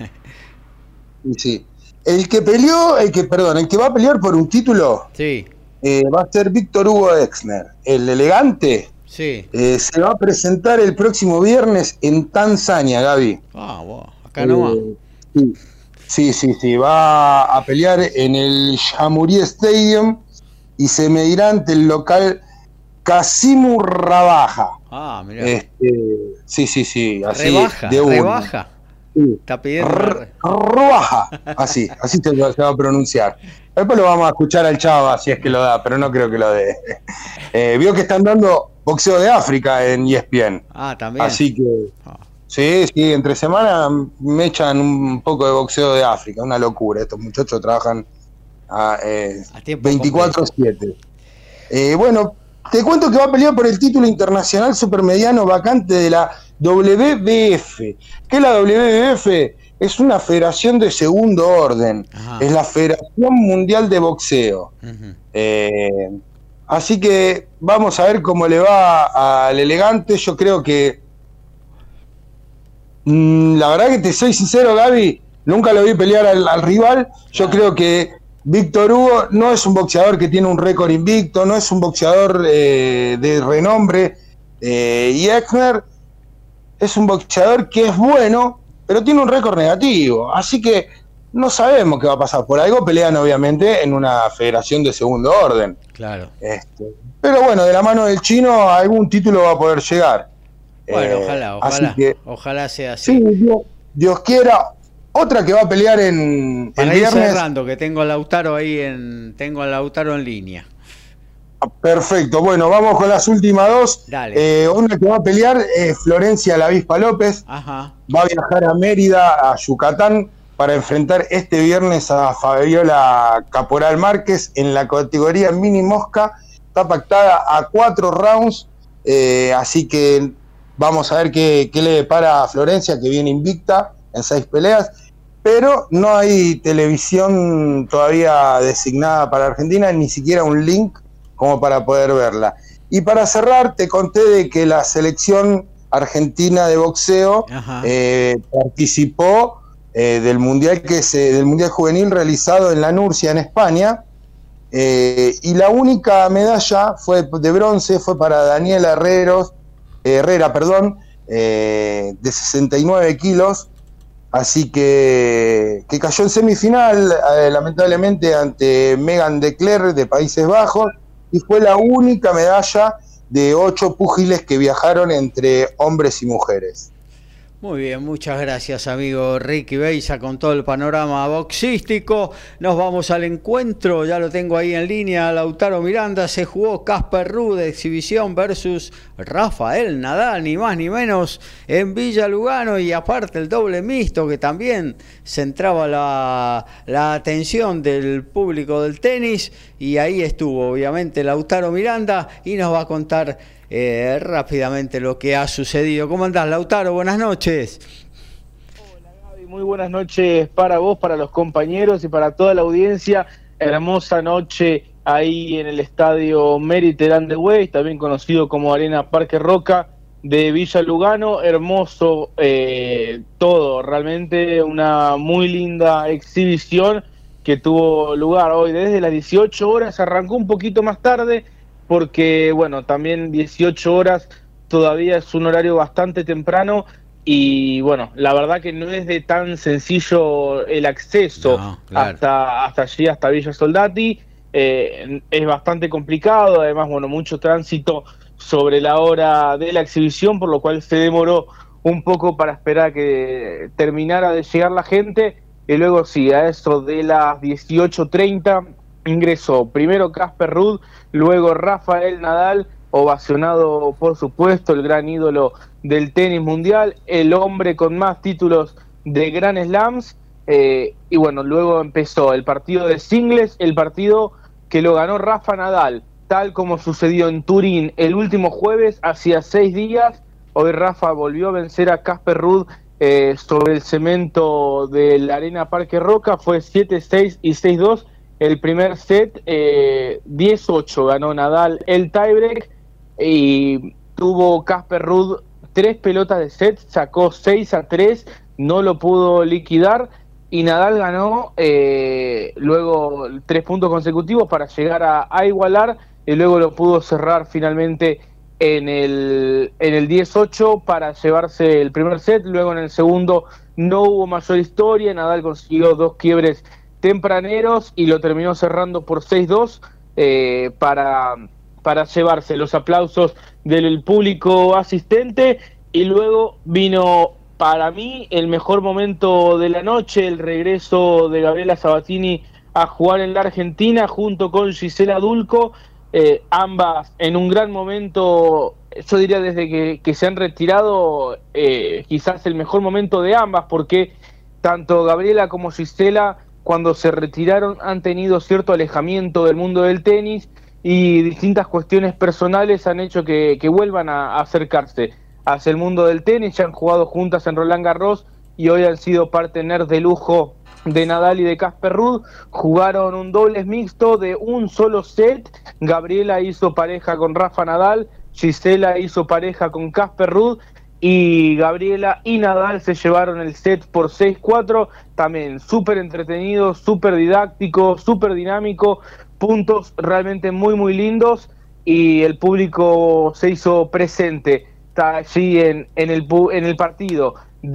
Sí. El que va a pelear por un título, sí, va a ser Víctor Hugo Exner, el elegante. Sí. Se va a presentar el próximo viernes en Tanzania, Gaby. Acá nomás. Sí, va a pelear en el Jamhuri Stadium y se medirá ante el local Kasimu Rabaja. Mirá. Sí, así rebaja, de una. rebaja. Sí. Está pidiendo Rabaja, así se va a pronunciar. Después lo vamos a escuchar al Chava si es que lo da, pero no creo que lo dé. Vio que están dando boxeo de África en ESPN. También. Así que sí, entre semana me echan un poco de boxeo de África, una locura. Estos muchachos trabajan a 24/7. Bueno, te cuento que va a pelear por el título internacional supermediano vacante de la WBF. ¿Qué es la WBF? Es una federación de segundo orden. Es la Federación Mundial de Boxeo. Así que vamos a ver cómo le va al elegante. Yo creo que la verdad que te soy sincero, Gaby, nunca lo vi pelear al rival. Yo creo que Víctor Hugo no es un boxeador que tiene un récord invicto, no es un boxeador de renombre, y Exner es un boxeador que es bueno, pero tiene un récord negativo, así que no sabemos qué va a pasar. Por algo pelean obviamente en una federación de segundo orden. Claro. Pero bueno, de la mano del chino algún título va a poder llegar. Bueno, ojalá sea así. Sí, Dios quiera. Otra que va a pelear el viernes. Cerrando, que tengo a Lautaro en línea. Perfecto, bueno, vamos con las últimas 2. Dale. Una que va a pelear es Florencia La Avispa López. Va a viajar a Mérida, a Yucatán, para enfrentar este viernes a Fabiola Caporal Márquez en la categoría mini mosca. Está pactada a 4 rounds, así que vamos a ver qué le depara a Florencia, que viene invicta en 6 peleas, pero no hay televisión todavía designada para Argentina, ni siquiera un link como para poder verla. Y para cerrar, te conté de que la selección argentina de boxeo participó del mundial del mundial juvenil realizado en la Nurcia, en España, y la única medalla de bronce fue para Daniela Herrera, de 69 kilos, así que cayó en semifinal, lamentablemente, ante Megan de Clercq de Países Bajos, y fue la única medalla de 8 púgiles que viajaron entre hombres y mujeres. Muy bien, muchas gracias, amigo Ricky Beiza, con todo el panorama boxístico. Nos vamos al encuentro, ya lo tengo ahí en línea, Lautaro Miranda. Se jugó Casper Ruud de exhibición versus Rafael Nadal, ni más ni menos, en Villa Lugano, y aparte el doble mixto, que también centraba la atención del público del tenis, y ahí estuvo obviamente Lautaro Miranda, y nos va a contar rápidamente lo que ha sucedido. ¿Cómo andás, Lautaro? Buenas noches. Hola, Gaby, muy buenas noches para vos, para los compañeros y para toda la audiencia. Hermosa noche ahí en el estadio Mediterráneo de Ways, también conocido como Arena Parque Roca de Villa Lugano. Hermoso todo, realmente una muy linda exhibición que tuvo lugar hoy desde las 18 horas, arrancó un poquito más tarde, porque, bueno, también 18 horas todavía es un horario bastante temprano y, bueno, la verdad que no es de tan sencillo el acceso hasta allí, hasta Villa Soldati. Es bastante complicado, además, bueno, mucho tránsito sobre la hora de la exhibición, por lo cual se demoró un poco para esperar a que terminara de llegar la gente, y luego sí, a eso de las 18:30 ingresó primero Casper Ruud, luego Rafael Nadal, ovacionado por supuesto, el gran ídolo del tenis mundial, el hombre con más títulos de Grand Slams, y bueno, luego empezó el partido de singles, el partido que lo ganó Rafa Nadal, tal como sucedió en Turín el último jueves, hacía 6 días. Hoy Rafa volvió a vencer a Casper Ruud sobre el cemento de la Arena Parque Roca, fue 7-6 y 6-2. El primer set, 10-8 ganó Nadal el tiebreak, y tuvo Casper Ruud 3 pelotas de set, sacó 6-3, no lo pudo liquidar, y Nadal ganó luego 3 puntos consecutivos para llegar a igualar, y luego lo pudo cerrar finalmente en el 10-8 para llevarse el primer set. Luego en el segundo no hubo mayor historia, Nadal consiguió 2 quiebres tempraneros y lo terminó cerrando por 6-2 para llevarse los aplausos del público asistente. Y luego vino, para mí, el mejor momento de la noche, el regreso de Gabriela Sabatini a jugar en la Argentina junto con Gisela Dulco, ambas en un gran momento. Yo diría desde que se han retirado, quizás el mejor momento de ambas, porque tanto Gabriela como Gisela, cuando se retiraron, han tenido cierto alejamiento del mundo del tenis, y distintas cuestiones personales han hecho que vuelvan a acercarse hacia el mundo del tenis. Ya han jugado juntas en Roland Garros y hoy han sido partners de lujo de Nadal y de Casper Ruud. Jugaron un dobles mixto de un solo set. Gabriela hizo pareja con Rafa Nadal, Gisela hizo pareja con Casper Ruud, y Gabriela y Nadal se llevaron el set por 6-4, también súper entretenido, súper didáctico, súper dinámico, puntos realmente muy muy lindos, y el público se hizo presente. Está allí en el partido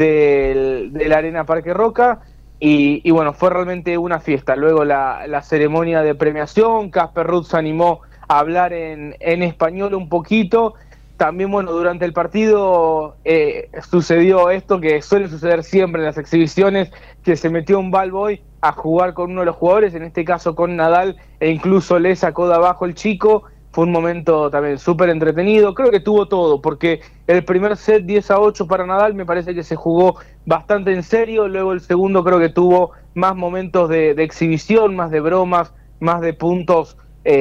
de la Arena Parque Roca, y bueno, fue realmente una fiesta. Luego la ceremonia de premiación, Casper Ruud se animó a hablar en español un poquito. También, bueno, durante el partido sucedió esto que suele suceder siempre en las exhibiciones, que se metió un bad boy a jugar con uno de los jugadores, en este caso con Nadal, e incluso le sacó de abajo el chico. Fue un momento también súper entretenido. Creo que tuvo todo, porque el primer set 10-8 para Nadal me parece que se jugó bastante en serio. Luego el segundo creo que tuvo más momentos de exhibición, más de bromas, más de puntos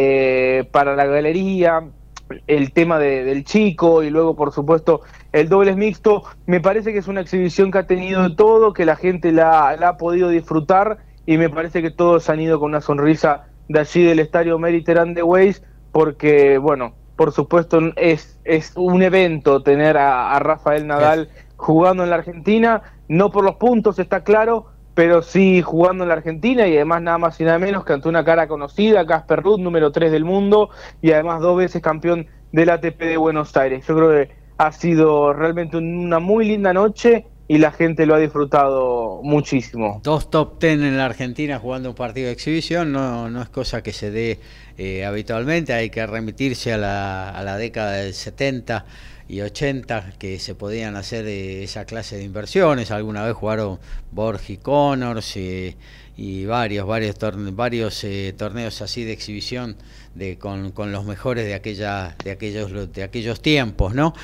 para la galería, el tema del chico, y luego por supuesto el dobles mixto. Me parece que es una exhibición que ha tenido de todo, que la gente la ha podido disfrutar, y me parece que todos han ido con una sonrisa de allí del estadio Mediterráneo de Ways, porque, bueno, por supuesto es un evento tener a Rafael Nadal jugando en la Argentina, no por los puntos, está claro, pero sí jugando en la Argentina y además nada más y nada menos que ante una cara conocida, Casper Ruud, número 3 del mundo y además 2 veces campeón del ATP de Buenos Aires. Yo creo que ha sido realmente una muy linda noche y la gente lo ha disfrutado muchísimo. 2 top 10 en la Argentina jugando un partido de exhibición no es cosa que se dé habitualmente, hay que remitirse a la década del 70 y 80 que se podían hacer esa clase de inversiones. Alguna vez jugaron Borg y Connors y varios torneos así de exhibición con los mejores de aquellos tiempos, ¿no?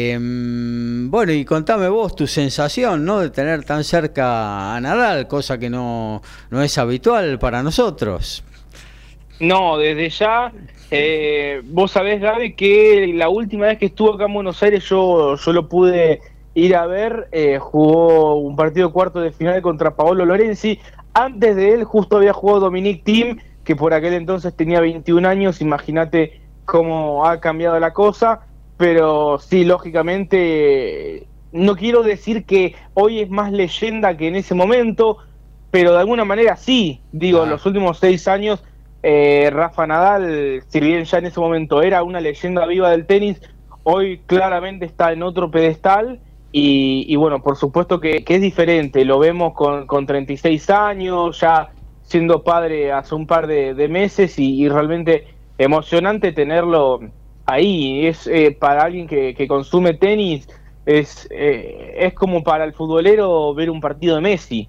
Bueno, y contame vos tu sensación, ¿no? De tener tan cerca a Nadal, cosa que no es habitual para nosotros. No, desde ya, vos sabés, Gaby, que la última vez que estuvo acá en Buenos Aires yo lo pude ir a ver, jugó un partido de cuarto de final contra Paolo Lorenzi. Antes de él justo había jugado Dominic Thiem, que por aquel entonces tenía 21 años, imagínate cómo ha cambiado la cosa, pero sí, lógicamente, no quiero decir que hoy es más leyenda que en ese momento, pero de alguna manera sí, digo, los últimos 6 años, Rafa Nadal, si bien ya en ese momento era una leyenda viva del tenis, hoy claramente está en otro pedestal. Y bueno, por supuesto que es diferente, lo vemos con 36 años, ya siendo padre hace un par de meses y realmente emocionante tenerlo ahí. Es para alguien que consume tenis, es como para el futbolero ver un partido de Messi,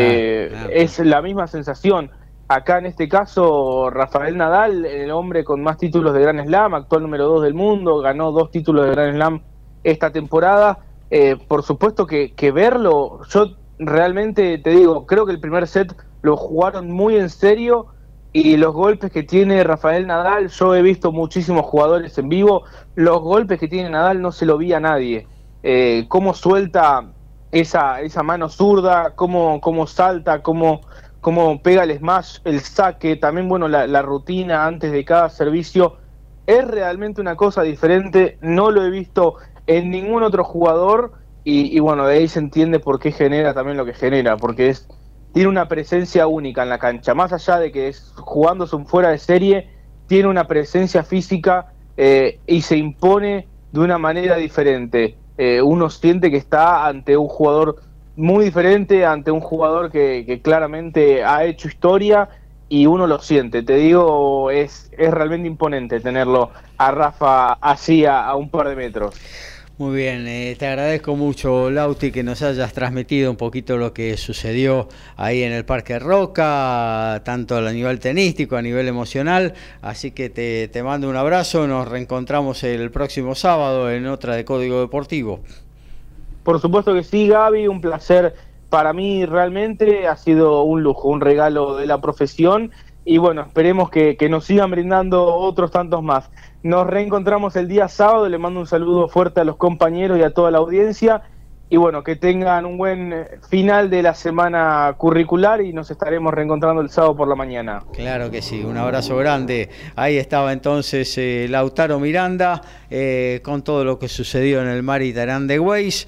es la misma sensación. Acá en este caso, Rafael Nadal, el hombre con más títulos de Grand Slam, actual número 2 del mundo, ganó 2 títulos de Grand Slam esta temporada. Por supuesto que verlo, yo realmente te digo, creo que el primer set lo jugaron muy en serio y los golpes que tiene Rafael Nadal, yo he visto muchísimos jugadores en vivo, los golpes que tiene Nadal no se lo vi a nadie. Cómo suelta esa mano zurda, cómo salta, cómo pega el smash, el saque, también bueno la rutina antes de cada servicio, es realmente una cosa diferente, no lo he visto en ningún otro jugador y bueno, de ahí se entiende por qué genera también lo que genera, porque tiene una presencia única en la cancha, más allá de que es jugándose un fuera de serie, tiene una presencia física y se impone de una manera diferente. Uno siente que está ante un jugador muy diferente, ante un jugador que claramente ha hecho historia y uno lo siente, te digo, es realmente imponente tenerlo a Rafa así a un par de metros. Muy bien, te agradezco mucho, Lauti, que nos hayas transmitido un poquito lo que sucedió ahí en el Parque Roca, tanto a nivel tenístico, a nivel emocional, así que te mando un abrazo, nos reencontramos el próximo sábado en otra de Código Deportivo. Por supuesto que sí, Gaby, un placer para mí realmente, ha sido un lujo, un regalo de la profesión y bueno, esperemos que nos sigan brindando otros tantos más. Nos reencontramos el día sábado, le mando un saludo fuerte a los compañeros y a toda la audiencia y bueno, que tengan un buen final de la semana curricular y nos estaremos reencontrando el sábado por la mañana. Claro que sí, un abrazo grande. Ahí estaba entonces Lautaro Miranda con todo lo que sucedió en el Maritime de Weiss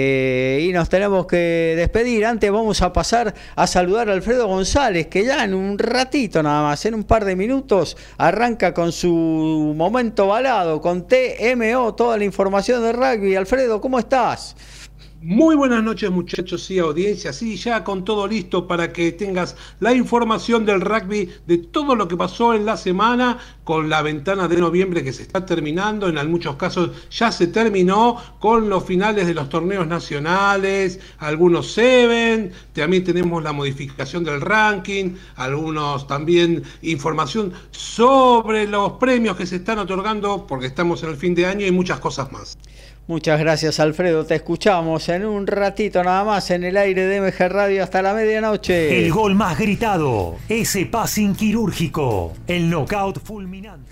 y nos tenemos que despedir. Antes vamos a pasar a saludar a Alfredo González, que ya en un ratito nada más, en un par de minutos, arranca con su momento balado, con TMO, toda la información de rugby. Alfredo, ¿cómo estás? Muy buenas noches, muchachos y audiencia. Sí, ya con todo listo para que tengas la información del rugby, de todo lo que pasó en la semana, con la ventana de noviembre que se está terminando. En muchos casos ya se terminó con los finales de los torneos nacionales, algunos Seven. También tenemos la modificación del ranking, algunos también información sobre los premios que se están otorgando porque estamos en el fin de año y muchas cosas más. Muchas gracias, Alfredo. Te escuchamos en un ratito nada más en el aire de MG Radio hasta la medianoche. El gol más gritado, ese passing quirúrgico, el knockout fulminante.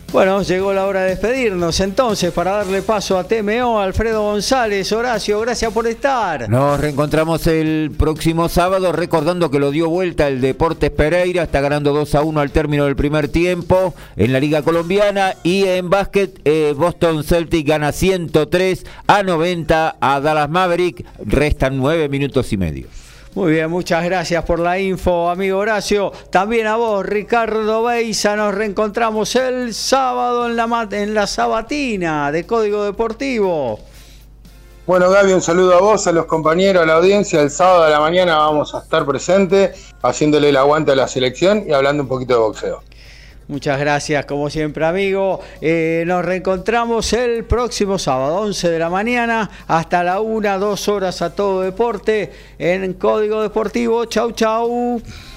Bueno, llegó la hora de despedirnos entonces para darle paso a TMO, Alfredo González. Horacio, gracias por estar. Nos reencontramos el próximo sábado, recordando que lo dio vuelta el Deportes Pereira, está ganando 2-1 al término del primer tiempo en la Liga Colombiana, y en básquet Boston Celtics gana 103-90 a Dallas Maverick, restan 9 minutos y medio. Muy bien, muchas gracias por la info, amigo Horacio. También a vos, Ricardo Beiza. Nos reencontramos el sábado en la sabatina de Código Deportivo. Bueno, Gaby, un saludo a vos, a los compañeros, a la audiencia. El sábado a la mañana vamos a estar presentes, haciéndole el aguante a la selección y hablando un poquito de boxeo. Muchas gracias, como siempre, amigo. Nos reencontramos el próximo sábado, 11 de la mañana, hasta la 1, 2 horas a todo deporte en Código Deportivo. Chau, chau.